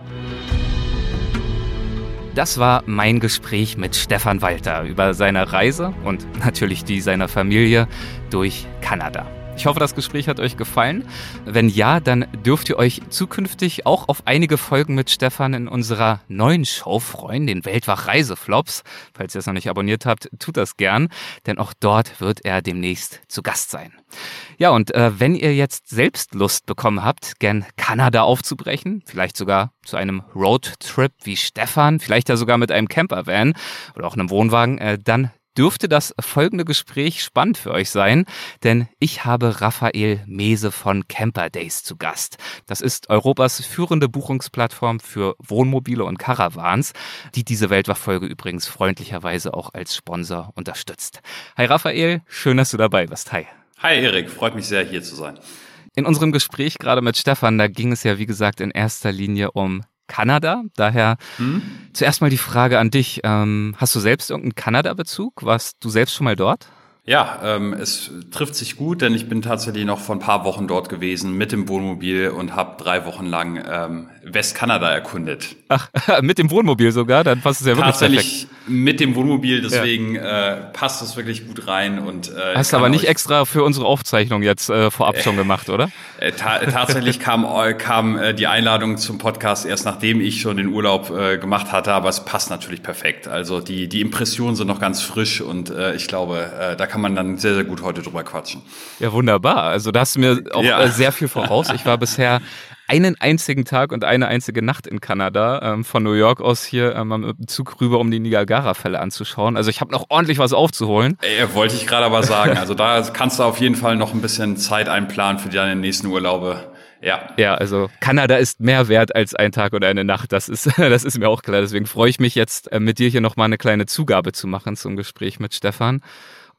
Das war mein Gespräch mit Stefan Walter über seine Reise und natürlich die seiner Familie durch Kanada. Ich hoffe, das Gespräch hat euch gefallen. Wenn ja, dann dürft ihr euch zukünftig auch auf einige Folgen mit Stefan in unserer neuen Show freuen, den Weltwach Reiseflops. Falls ihr es noch nicht abonniert habt, tut das gern, denn auch dort wird er demnächst zu Gast sein. Ja, und wenn ihr jetzt selbst Lust bekommen habt, gern Kanada aufzubrechen, vielleicht sogar zu einem Roadtrip wie Stefan, vielleicht ja sogar mit einem Campervan oder auch einem Wohnwagen, dann dürfte das folgende Gespräch spannend für euch sein, denn ich habe Raphael Mese von Camper Days zu Gast. Das ist Europas führende Buchungsplattform für Wohnmobile und Caravans, die diese Weltwach-Folge übrigens freundlicherweise auch als Sponsor unterstützt. Hi Raphael, schön, dass du dabei bist. Hi. Hi Erik, freut mich sehr, hier zu sein. In unserem Gespräch gerade mit Stefan, da ging es ja wie gesagt in erster Linie um Kanada. Daher zuerst mal die Frage an dich. Hast du selbst irgendeinen Kanada-Bezug? Warst du selbst schon mal dort? Ja, es trifft sich gut, denn ich bin tatsächlich noch vor ein paar Wochen dort gewesen mit dem Wohnmobil und habe 3 Wochen lang Westkanada erkundet. Ach, mit dem Wohnmobil sogar? Dann passt es ja wirklich perfekt. Tatsächlich mit dem Wohnmobil, deswegen passt es wirklich gut rein. Und hast du aber nicht extra für unsere Aufzeichnung jetzt vorab schon gemacht, oder? Tatsächlich kam die Einladung zum Podcast erst nachdem ich schon den Urlaub gemacht hatte, aber es passt natürlich perfekt. Also die Impressionen sind noch ganz frisch und ich glaube, da kann man dann sehr, sehr gut heute drüber quatschen. Ja, wunderbar. Also da hast du mir auch sehr viel voraus. Ich war bisher einen einzigen Tag und eine einzige Nacht in Kanada, von New York aus hier mit dem Zug rüber, um die Niagara-Fälle anzuschauen. Also ich habe noch ordentlich was aufzuholen. Wollte ich gerade aber sagen. Also da kannst du auf jeden Fall noch ein bisschen Zeit einplanen für deine nächsten Urlaube. Ja, also Kanada ist mehr wert als ein Tag oder eine Nacht. Das ist mir auch klar. Deswegen freue ich mich jetzt, mit dir hier nochmal eine kleine Zugabe zu machen zum Gespräch mit Stefan.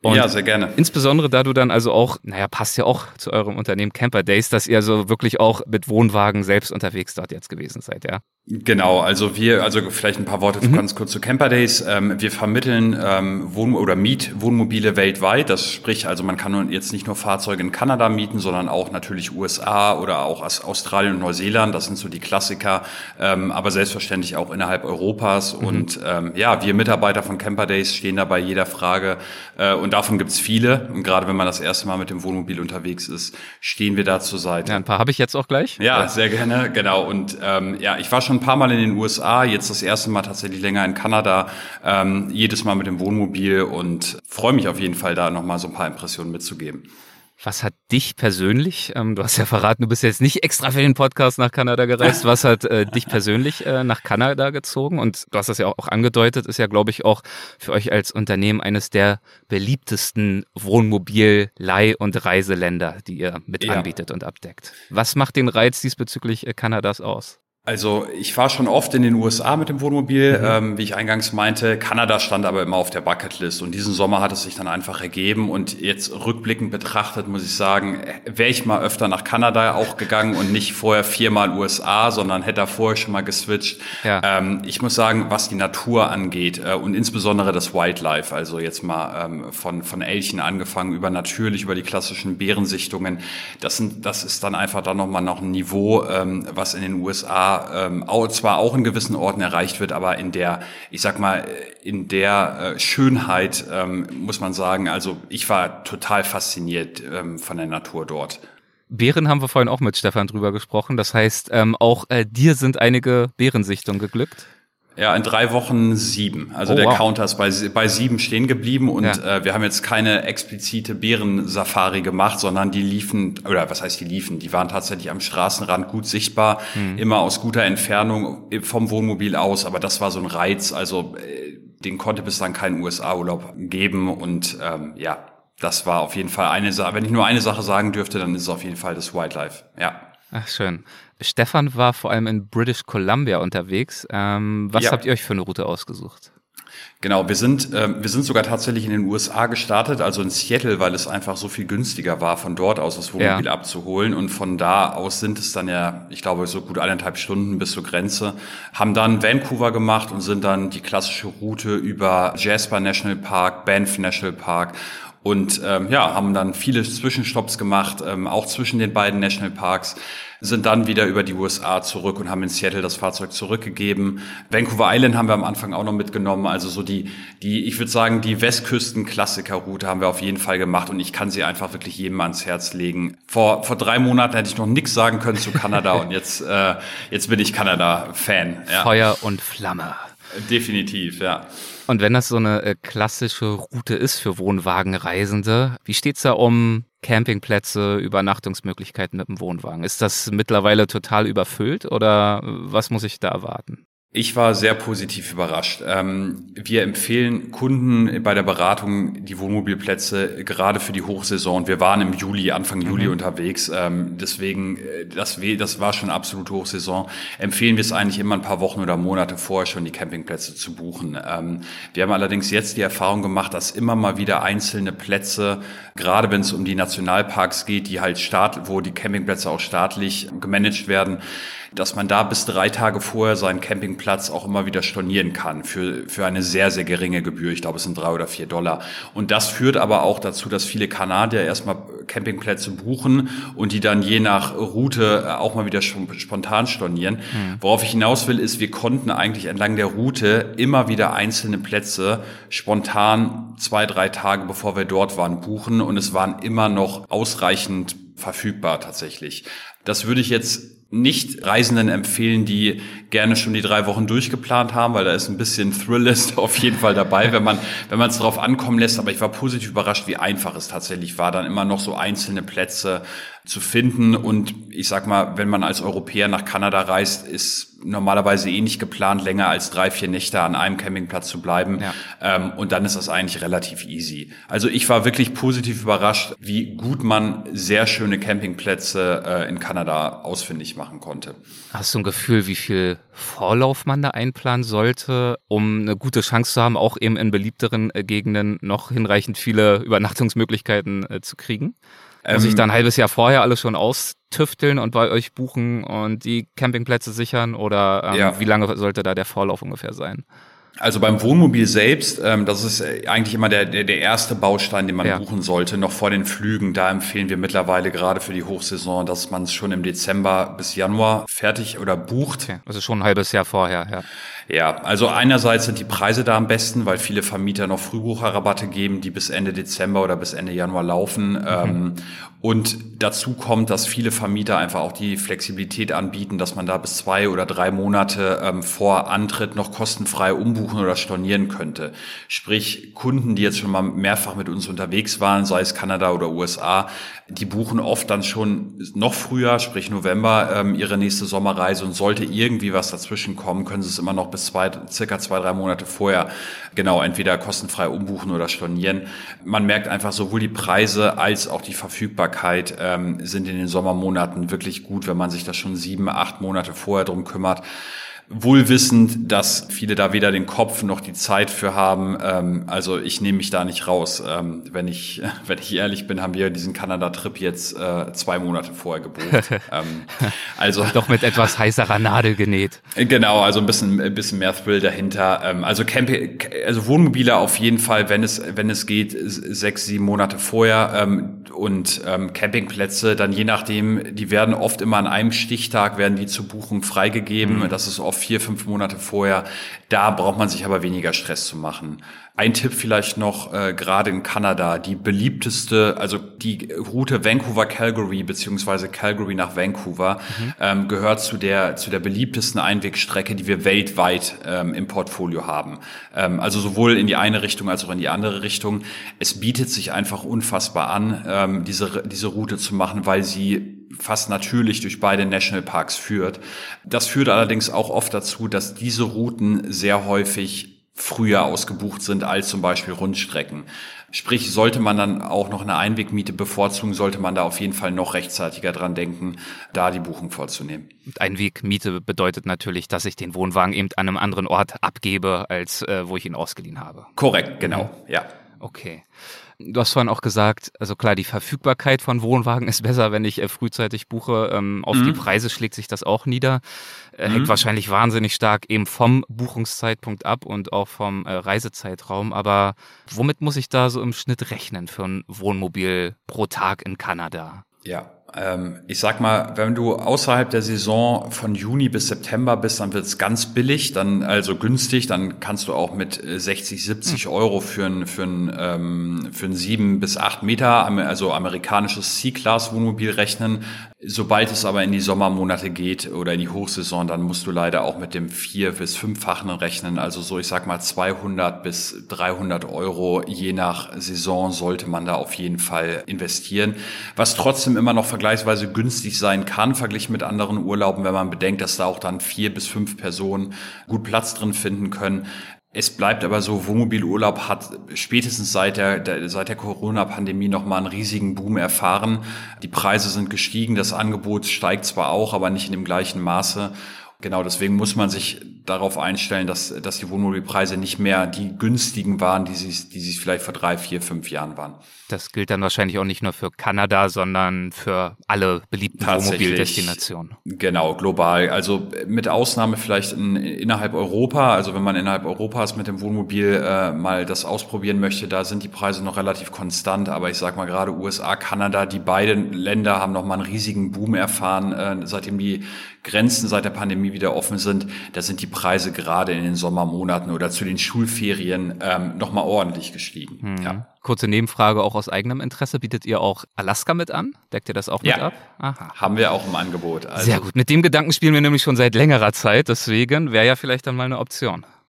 Und ja, sehr gerne. Insbesondere, da du dann also auch, passt ja auch zu eurem Unternehmen Camper Days, dass ihr so wirklich auch mit Wohnwagen selbst unterwegs dort jetzt gewesen seid, ja? Genau, also vielleicht ein paar Worte ganz kurz zu Camper Days. Wir vermitteln Mietwohnmobile weltweit. Das sprich, also man kann jetzt nicht nur Fahrzeuge in Kanada mieten, sondern auch natürlich USA oder auch aus Australien und Neuseeland. Das sind so die Klassiker, aber selbstverständlich auch innerhalb Europas. Und wir Mitarbeiter von Camper Days stehen da bei jeder Frage und davon gibt's viele. Und gerade wenn man das erste Mal mit dem Wohnmobil unterwegs ist, stehen wir da zur Seite. Ja, ein paar habe ich jetzt auch gleich. Ja, sehr gerne, genau. Und ich war schon ein paar Mal in den USA, jetzt das erste Mal tatsächlich länger in Kanada, jedes Mal mit dem Wohnmobil und freue mich auf jeden Fall, da nochmal so ein paar Impressionen mitzugeben. Was hat dich persönlich, du hast ja verraten, du bist jetzt nicht extra für den Podcast nach Kanada gereist, was hat dich persönlich nach Kanada gezogen? Und du hast das ja auch angedeutet, ist ja, glaube ich, auch für euch als Unternehmen eines der beliebtesten Wohnmobil-, Leih- und Reiseländer, die ihr mit anbietet und abdeckt. Was macht den Reiz diesbezüglich Kanadas aus? Also ich war schon oft in den USA mit dem Wohnmobil, wie ich eingangs meinte. Kanada stand aber immer auf der Bucketlist und diesen Sommer hat es sich dann einfach ergeben und jetzt rückblickend betrachtet muss ich sagen, wäre ich mal öfter nach Kanada auch gegangen und nicht vorher 4-mal USA, sondern hätte da vorher schon mal geswitcht. Ja. Ich muss sagen, was die Natur angeht und insbesondere das Wildlife, also jetzt mal von Elchen angefangen über die klassischen Bärensichtungen, das ist dann einfach dann nochmal noch ein Niveau, was in den USA zwar auch in gewissen Orten erreicht wird, aber in der Schönheit muss man sagen, also ich war total fasziniert von der Natur dort. Bären haben wir vorhin auch mit Stefan drüber gesprochen, das heißt auch dir sind einige Bärensichtungen geglückt? Ja, in 3 Wochen 7. Also der Counter ist bei 7 stehen geblieben und wir haben jetzt keine explizite Bärensafari gemacht, sondern die waren tatsächlich am Straßenrand gut sichtbar, immer aus guter Entfernung vom Wohnmobil aus, aber das war so ein Reiz, also den konnte bislang kein USA-Urlaub geben und das war auf jeden Fall eine Sache. Wenn ich nur eine Sache sagen dürfte, dann ist es auf jeden Fall das Wildlife, ja. Ach, schön. Stefan war vor allem in British Columbia unterwegs. Was habt ihr euch für eine Route ausgesucht? Genau, wir sind sogar tatsächlich in den USA gestartet, also in Seattle, weil es einfach so viel günstiger war, von dort aus das Wohnmobil abzuholen. Und von da aus sind es dann ich glaube, so gut 1,5 Stunden bis zur Grenze. Haben dann Vancouver gemacht und sind dann die klassische Route über Jasper National Park, Banff National Park und haben dann viele Zwischenstopps gemacht, auch zwischen den beiden Nationalparks, sind dann wieder über die USA zurück und haben in Seattle das Fahrzeug zurückgegeben. Vancouver Island haben wir am Anfang auch noch mitgenommen, also so ich würde sagen, die Westküsten-Klassiker-Route haben wir auf jeden Fall gemacht und ich kann sie einfach wirklich jedem ans Herz legen. Vor 3 Monaten hätte ich noch nichts sagen können zu Kanada und jetzt bin ich Kanada-Fan. Ja. Feuer und Flamme. Definitiv, ja. Und wenn das so eine klassische Route ist für Wohnwagenreisende, wie steht's da um Campingplätze, Übernachtungsmöglichkeiten mit dem Wohnwagen? Ist das mittlerweile total überfüllt oder was muss ich da erwarten? Ich war sehr positiv überrascht. Wir empfehlen Kunden bei der Beratung die Wohnmobilplätze gerade für die Hochsaison. Wir waren im Anfang Juli unterwegs. Deswegen, das war schon absolut Hochsaison. Empfehlen wir es eigentlich immer ein paar Wochen oder Monate vorher schon die Campingplätze zu buchen. Wir haben allerdings jetzt die Erfahrung gemacht, dass immer mal wieder einzelne Plätze, gerade wenn es um die Nationalparks geht, die halt wo die Campingplätze auch staatlich gemanagt werden, dass man da bis 3 Tage vorher seinen Campingplatz auch immer wieder stornieren kann für eine sehr, sehr geringe Gebühr. Ich glaube, es sind $3 oder $4. Und das führt aber auch dazu, dass viele Kanadier erstmal Campingplätze buchen und die dann je nach Route auch mal wieder spontan stornieren. Worauf ich hinaus will, ist, wir konnten eigentlich entlang der Route immer wieder einzelne Plätze spontan 2-3 Tage, bevor wir dort waren, buchen und es waren immer noch ausreichend verfügbar tatsächlich. Das würde ich jetzt nicht Reisenden empfehlen, die gerne schon die 3 Wochen durchgeplant haben, weil da ist ein bisschen Thrillist auf jeden Fall dabei, wenn man es drauf ankommen lässt. Aber ich war positiv überrascht, wie einfach es tatsächlich war, dann immer noch so einzelne Plätze zu finden. Und ich sag mal, wenn man als Europäer nach Kanada reist, ist normalerweise nicht geplant, länger als 3-4 Nächte an einem Campingplatz zu bleiben. Ja. Und dann ist das eigentlich relativ easy. Also ich war wirklich positiv überrascht, wie gut man sehr schöne Campingplätze in Kanada ausfindig machen konnte. Hast du ein Gefühl, wie viel Vorlauf man da einplanen sollte, um eine gute Chance zu haben, auch eben in beliebteren Gegenden noch hinreichend viele Übernachtungsmöglichkeiten zu kriegen? Muss ich da ein halbes Jahr vorher alles schon austüfteln und bei euch buchen und die Campingplätze sichern oder wie lange sollte da der Vorlauf ungefähr sein? Also beim Wohnmobil selbst, das ist eigentlich immer der erste Baustein, den man buchen sollte, noch vor den Flügen. Da empfehlen wir mittlerweile gerade für die Hochsaison, dass man es schon im Dezember bis Januar fertig oder bucht. Okay. Also schon ein halbes Jahr vorher, ja. Ja, also einerseits sind die Preise da am besten, weil viele Vermieter noch Frühbucherrabatte geben, die bis Ende Dezember oder bis Ende Januar laufen. Und dazu kommt, dass viele Vermieter einfach auch die Flexibilität anbieten, dass man da bis 2 oder 3 Monate vor Antritt noch kostenfrei umbuchen oder stornieren könnte. Sprich, Kunden, die jetzt schon mal mehrfach mit uns unterwegs waren, sei es Kanada oder USA, die buchen oft dann schon noch früher, sprich November, ihre nächste Sommerreise, und sollte irgendwie was dazwischen kommen, können sie es immer noch bis circa 2-3 Monate vorher entweder kostenfrei umbuchen oder stornieren. Man merkt einfach, sowohl die Preise als auch die Verfügbarkeit sind in den Sommermonaten wirklich gut, wenn man sich da schon 7-8 Monate vorher drum kümmert. Wohl wissend, dass viele da weder den Kopf noch die Zeit für haben. Also ich nehme mich da nicht raus. Wenn ich ehrlich bin, haben wir diesen Kanada-Trip jetzt 2 Monate vorher gebucht. Also doch mit etwas heißerer Nadel genäht. Genau, also ein bisschen mehr Thrill dahinter. Also Wohnmobile auf jeden Fall, wenn es geht, 6-7 Monate vorher. Und Campingplätze, dann je nachdem, die werden oft immer an einem Stichtag, werden die zur Buchung freigegeben. Das ist oft 4-5 Monate vorher. Da braucht man sich aber weniger Stress zu machen. Ein Tipp vielleicht noch, gerade in Kanada, die beliebteste, also die Route Vancouver-Calgary beziehungsweise Calgary nach Vancouver gehört zu der beliebtesten Einwegstrecke, die wir weltweit im Portfolio haben. Also sowohl in die eine Richtung als auch in die andere Richtung. Es bietet sich einfach unfassbar an, diese Route zu machen, weil sie fast natürlich durch beide Nationalparks führt. Das führt allerdings auch oft dazu, dass diese Routen sehr häufig früher ausgebucht sind als zum Beispiel Rundstrecken. Sprich, sollte man dann auch noch eine Einwegmiete bevorzugen, sollte man da auf jeden Fall noch rechtzeitiger dran denken, da die Buchung vorzunehmen. Einwegmiete bedeutet natürlich, dass ich den Wohnwagen eben an einem anderen Ort abgebe, als wo ich ihn ausgeliehen habe. Korrekt, genau, ja. Okay. Du hast vorhin auch gesagt, also klar, die Verfügbarkeit von Wohnwagen ist besser, wenn ich frühzeitig buche. Auf die Preise schlägt sich das auch nieder. Hängt wahrscheinlich wahnsinnig stark eben vom Buchungszeitpunkt ab und auch vom Reisezeitraum. Aber womit muss ich da so im Schnitt rechnen für ein Wohnmobil pro Tag in Kanada? Ja. Ich sag mal, wenn du außerhalb der Saison von Juni bis September bist, dann wird's ganz billig, dann also günstig, dann kannst du auch mit 60-70 Euro für ein 7 bis 8 Meter, also amerikanisches C-Class Wohnmobil rechnen. Sobald es aber in die Sommermonate geht oder in die Hochsaison, dann musst du leider auch mit dem 4- bis 5-fachen rechnen. Also so, ich sag mal 200 bis 300 Euro je nach Saison sollte man da auf jeden Fall investieren. Was trotzdem immer noch vergleichsweise günstig sein kann, verglichen mit anderen Urlauben, wenn man bedenkt, dass da auch dann 4 bis 5 Personen gut Platz drin finden können. Es bleibt aber so, Wohnmobilurlaub hat spätestens seit der Corona-Pandemie nochmal einen riesigen Boom erfahren. Die Preise sind gestiegen, das Angebot steigt zwar auch, aber nicht in dem gleichen Maße. Genau, deswegen muss man sich darauf einstellen, dass die Wohnmobilpreise nicht mehr die günstigen waren, die sie vielleicht vor 3, 4, 5 Jahren waren. Das gilt dann wahrscheinlich auch nicht nur für Kanada, sondern für alle beliebten Wohnmobildestinationen. Genau, global. Also mit Ausnahme vielleicht innerhalb Europa. Also wenn man innerhalb Europas mit dem Wohnmobil mal das ausprobieren möchte, da sind die Preise noch relativ konstant. Aber ich sag mal gerade USA, Kanada, die beiden Länder haben noch mal einen riesigen Boom erfahren, seitdem die Grenzen seit der Pandemie wieder offen sind. Da sind die Preise gerade in den Sommermonaten oder zu den Schulferien noch mal ordentlich gestiegen. Ja. Kurze Nebenfrage auch aus eigenem Interesse. Bietet ihr auch Alaska mit an? Deckt ihr das auch mit ab? Aha. Haben wir auch im Angebot. Also sehr gut. Mit dem Gedanken spielen wir nämlich schon seit längerer Zeit. Deswegen wäre ja vielleicht dann mal eine Option.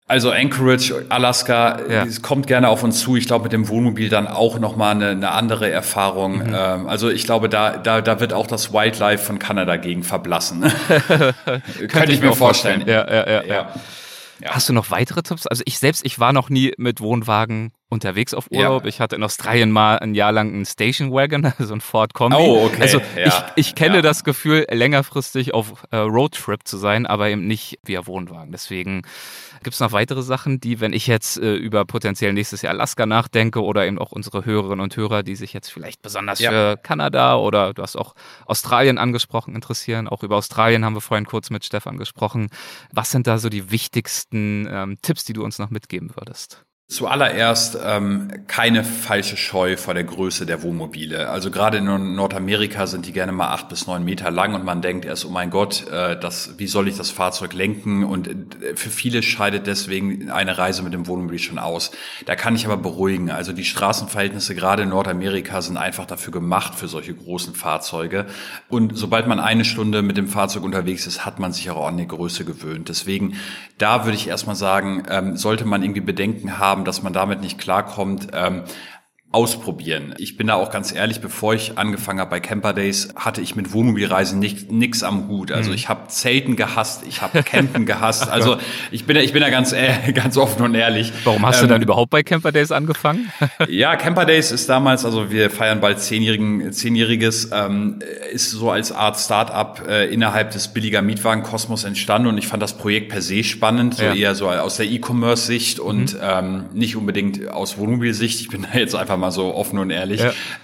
Also Anchorage, Alaska, es kommt gerne auf uns zu. Ich glaube, mit dem Wohnmobil dann auch nochmal eine andere Erfahrung. Also ich glaube, da wird auch das Wildlife von Kanada gegen verblassen. Könnte ich mir vorstellen. Ja. Hast du noch weitere Tipps? Also ich war noch nie mit Wohnwagen unterwegs auf Urlaub. Ja. Ich hatte in Australien mal ein Jahr lang einen Station Wagon, so ein Ford Kombi. Oh, okay. Also ich kenne das Gefühl, längerfristig auf Roadtrip zu sein, aber eben nicht via Wohnwagen. Deswegen gibt es noch weitere Sachen, die, wenn ich jetzt über potenziell nächstes Jahr Alaska nachdenke oder eben auch unsere Hörerinnen und Hörer, die sich jetzt vielleicht besonders für Kanada oder du hast auch Australien angesprochen, interessieren. Auch über Australien haben wir vorhin kurz mit Stefan gesprochen. Was sind da so die wichtigsten Tipps, die du uns noch mitgeben würdest? Zuallererst keine falsche Scheu vor der Größe der Wohnmobile. Also gerade in Nordamerika sind die gerne mal 8 bis 9 Meter lang und man denkt erst, oh mein Gott, wie soll ich das Fahrzeug lenken? Und für viele scheidet deswegen eine Reise mit dem Wohnmobil schon aus. Da kann ich aber beruhigen. Also die Straßenverhältnisse gerade in Nordamerika sind einfach dafür gemacht für solche großen Fahrzeuge. Und sobald man eine Stunde mit dem Fahrzeug unterwegs ist, hat man sich auch an die Größe gewöhnt. Deswegen, da würde ich erstmal sagen, sollte man irgendwie Bedenken haben, dass man damit nicht klarkommt, ausprobieren. Ich bin da auch ganz ehrlich, bevor ich angefangen habe bei Camper Days, hatte ich mit Wohnmobilreisen nix am Hut. Also ich habe Zelten gehasst, ich habe Campen gehasst. Also ich bin da ganz offen und ehrlich. Warum hast du dann überhaupt bei Camper Days angefangen? Ja, Camper Days ist damals, also wir feiern bald 10-jähriges, ist so als Art Start-up innerhalb des billiger Mietwagen-Kosmos entstanden und ich fand das Projekt per se spannend, so eher so aus der E-Commerce-Sicht und nicht unbedingt aus Wohnmobilsicht. Ich bin da jetzt einfach mal so offen und ehrlich.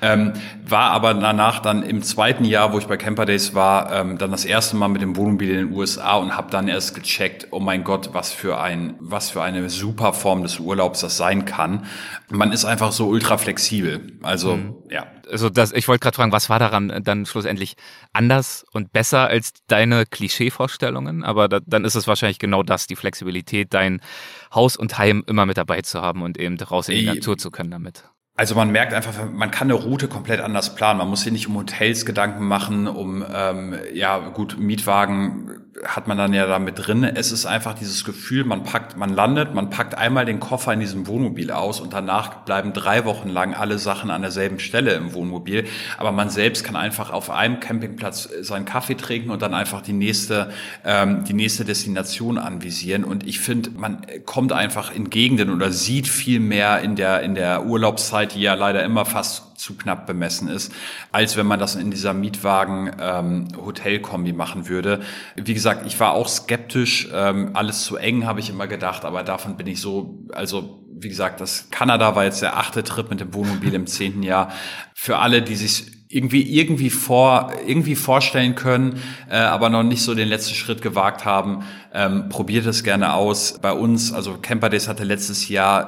War aber danach dann im zweiten Jahr, wo ich bei Camper Days war, dann das erste Mal mit dem Wohnmobil in den USA und habe dann erst gecheckt, oh mein Gott, was für eine super Form des Urlaubs das sein kann. Man ist einfach so ultra flexibel. Also, Also ich wollte gerade fragen, was war daran dann schlussendlich anders und besser als deine Klischeevorstellungen? Aber dann ist es wahrscheinlich genau das, die Flexibilität, dein Haus und Heim immer mit dabei zu haben und eben raus in die Natur zu können damit. Also man merkt einfach, man kann eine Route komplett anders planen. Man muss sich nicht um Hotels Gedanken machen, Mietwagen hat man dann ja da mit drin. Es ist einfach dieses Gefühl, man landet, man packt einmal den Koffer in diesem Wohnmobil aus und danach bleiben 3 Wochen lang alle Sachen an derselben Stelle im Wohnmobil. Aber man selbst kann einfach auf einem Campingplatz seinen Kaffee trinken und dann einfach die nächste Destination anvisieren. Und ich finde, man kommt einfach in Gegenden oder sieht viel mehr in der Urlaubszeit, die ja leider immer fast zu knapp bemessen ist, als wenn man das in dieser Mietwagen-Hotel-Kombi machen würde. Wie gesagt, ich war auch skeptisch, alles zu eng, habe ich immer gedacht, aber davon bin ich so, also wie gesagt, das Kanada war jetzt der 8. Trip mit dem Wohnmobil im 10. Jahr. Für alle, die sich irgendwie vorstellen können, aber noch nicht so den letzten Schritt gewagt haben, probiert es gerne aus. Bei uns, also Camper Days hatte letztes Jahr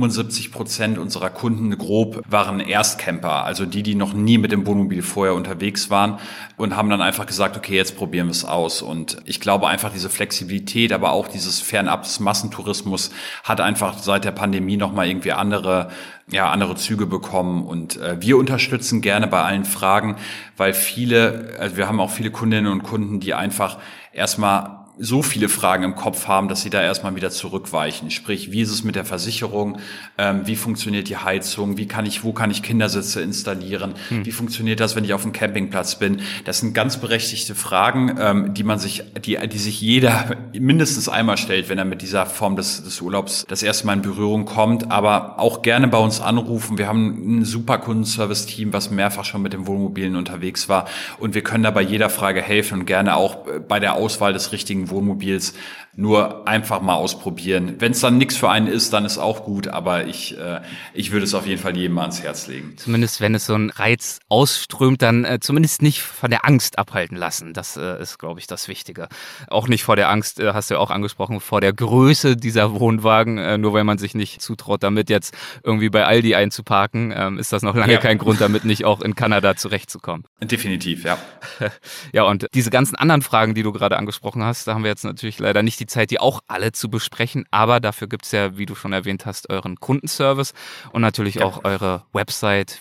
75% unserer Kunden grob waren Erstcamper, also die noch nie mit dem Wohnmobil vorher unterwegs waren und haben dann einfach gesagt, okay, jetzt probieren wir es aus. Und ich glaube einfach diese Flexibilität, aber auch dieses Fernab des Massentourismus hat einfach seit der Pandemie nochmal irgendwie andere Züge bekommen und wir unterstützen gerne bei allen Fragen, weil wir haben auch viele Kundinnen und Kunden, die einfach erstmal so viele Fragen im Kopf haben, dass sie da erstmal wieder zurückweichen. Sprich, wie ist es mit der Versicherung? Wie funktioniert die Heizung? wo kann ich Kindersitze installieren? Wie funktioniert das, wenn ich auf dem Campingplatz bin? Das sind ganz berechtigte Fragen, die sich jeder mindestens einmal stellt, wenn er mit dieser Form des Urlaubs das erste Mal in Berührung kommt. Aber auch gerne bei uns anrufen. Wir haben ein super Kundenservice-Team, was mehrfach schon mit den Wohnmobilen unterwegs war. Und wir können da bei jeder Frage helfen und gerne auch bei der Auswahl des richtigen Wohnmobils nur einfach mal ausprobieren. Wenn es dann nichts für einen ist, dann ist auch gut, aber ich würde es auf jeden Fall jedem mal ans Herz legen. Zumindest wenn es so einen Reiz ausströmt, dann zumindest nicht von der Angst abhalten lassen. Das ist, glaube ich, das Wichtige. Auch nicht vor der Angst, hast du ja auch angesprochen, vor der Größe dieser Wohnwagen. Nur weil man sich nicht zutraut, damit jetzt irgendwie bei Aldi einzuparken, ist das noch lange kein Grund, damit nicht auch in Kanada zurechtzukommen. Definitiv, ja. Ja, und diese ganzen anderen Fragen, die du gerade angesprochen hast, da haben wir jetzt natürlich leider nicht die Zeit, die auch alle zu besprechen, aber dafür gibt's ja, wie du schon erwähnt hast, euren Kundenservice und natürlich auch eure Website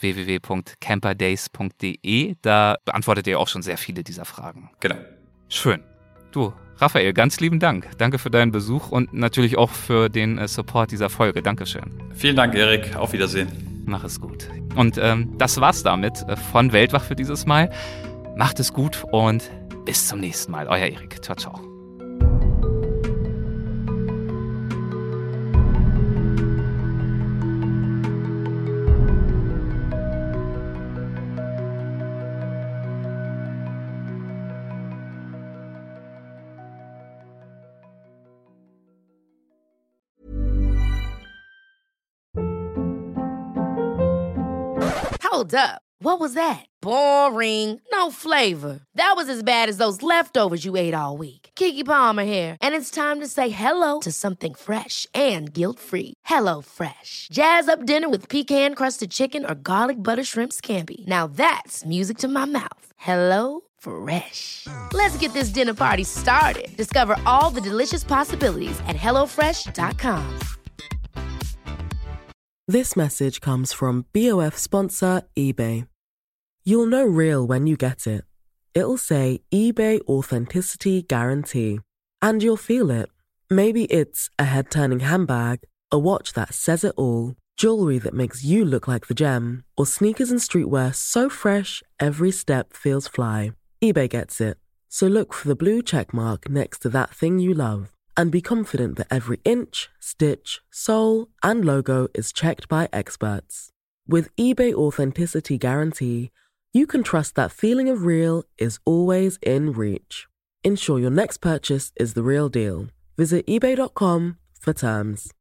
www.camperdays.de. Da beantwortet ihr auch schon sehr viele dieser Fragen. Genau. Schön. Du, Raphael, ganz lieben Dank. Danke für deinen Besuch und natürlich auch für den Support dieser Folge. Dankeschön. Vielen Dank, Erik. Auf Wiedersehen. Mach es gut. Und das war's damit von Weltwach für dieses Mal. Macht es gut und bis zum nächsten Mal. Euer Erik. Ciao, ciao. Hold up. What was that? Boring. No flavor. That was as bad as those leftovers you ate all week. Keke Palmer here. And it's time to say hello to something fresh and guilt-free. Hello Fresh. Jazz up dinner with pecan-crusted chicken or garlic butter shrimp scampi. Now that's music to my mouth. Hello Fresh. Let's get this dinner party started. Discover all the delicious possibilities at hellofresh.com. This message comes from BOF sponsor eBay. You'll know real when you get it. It'll say eBay Authenticity Guarantee. And you'll feel it. Maybe it's a head-turning handbag, a watch that says it all, jewelry that makes you look like the gem, or sneakers and streetwear so fresh every step feels fly. eBay gets it. So look for the blue check mark next to that thing you love. And be confident that every inch, stitch, sole, and logo is checked by experts. With eBay Authenticity Guarantee, you can trust that feeling of real is always in reach. Ensure your next purchase is the real deal. Visit eBay.com for terms.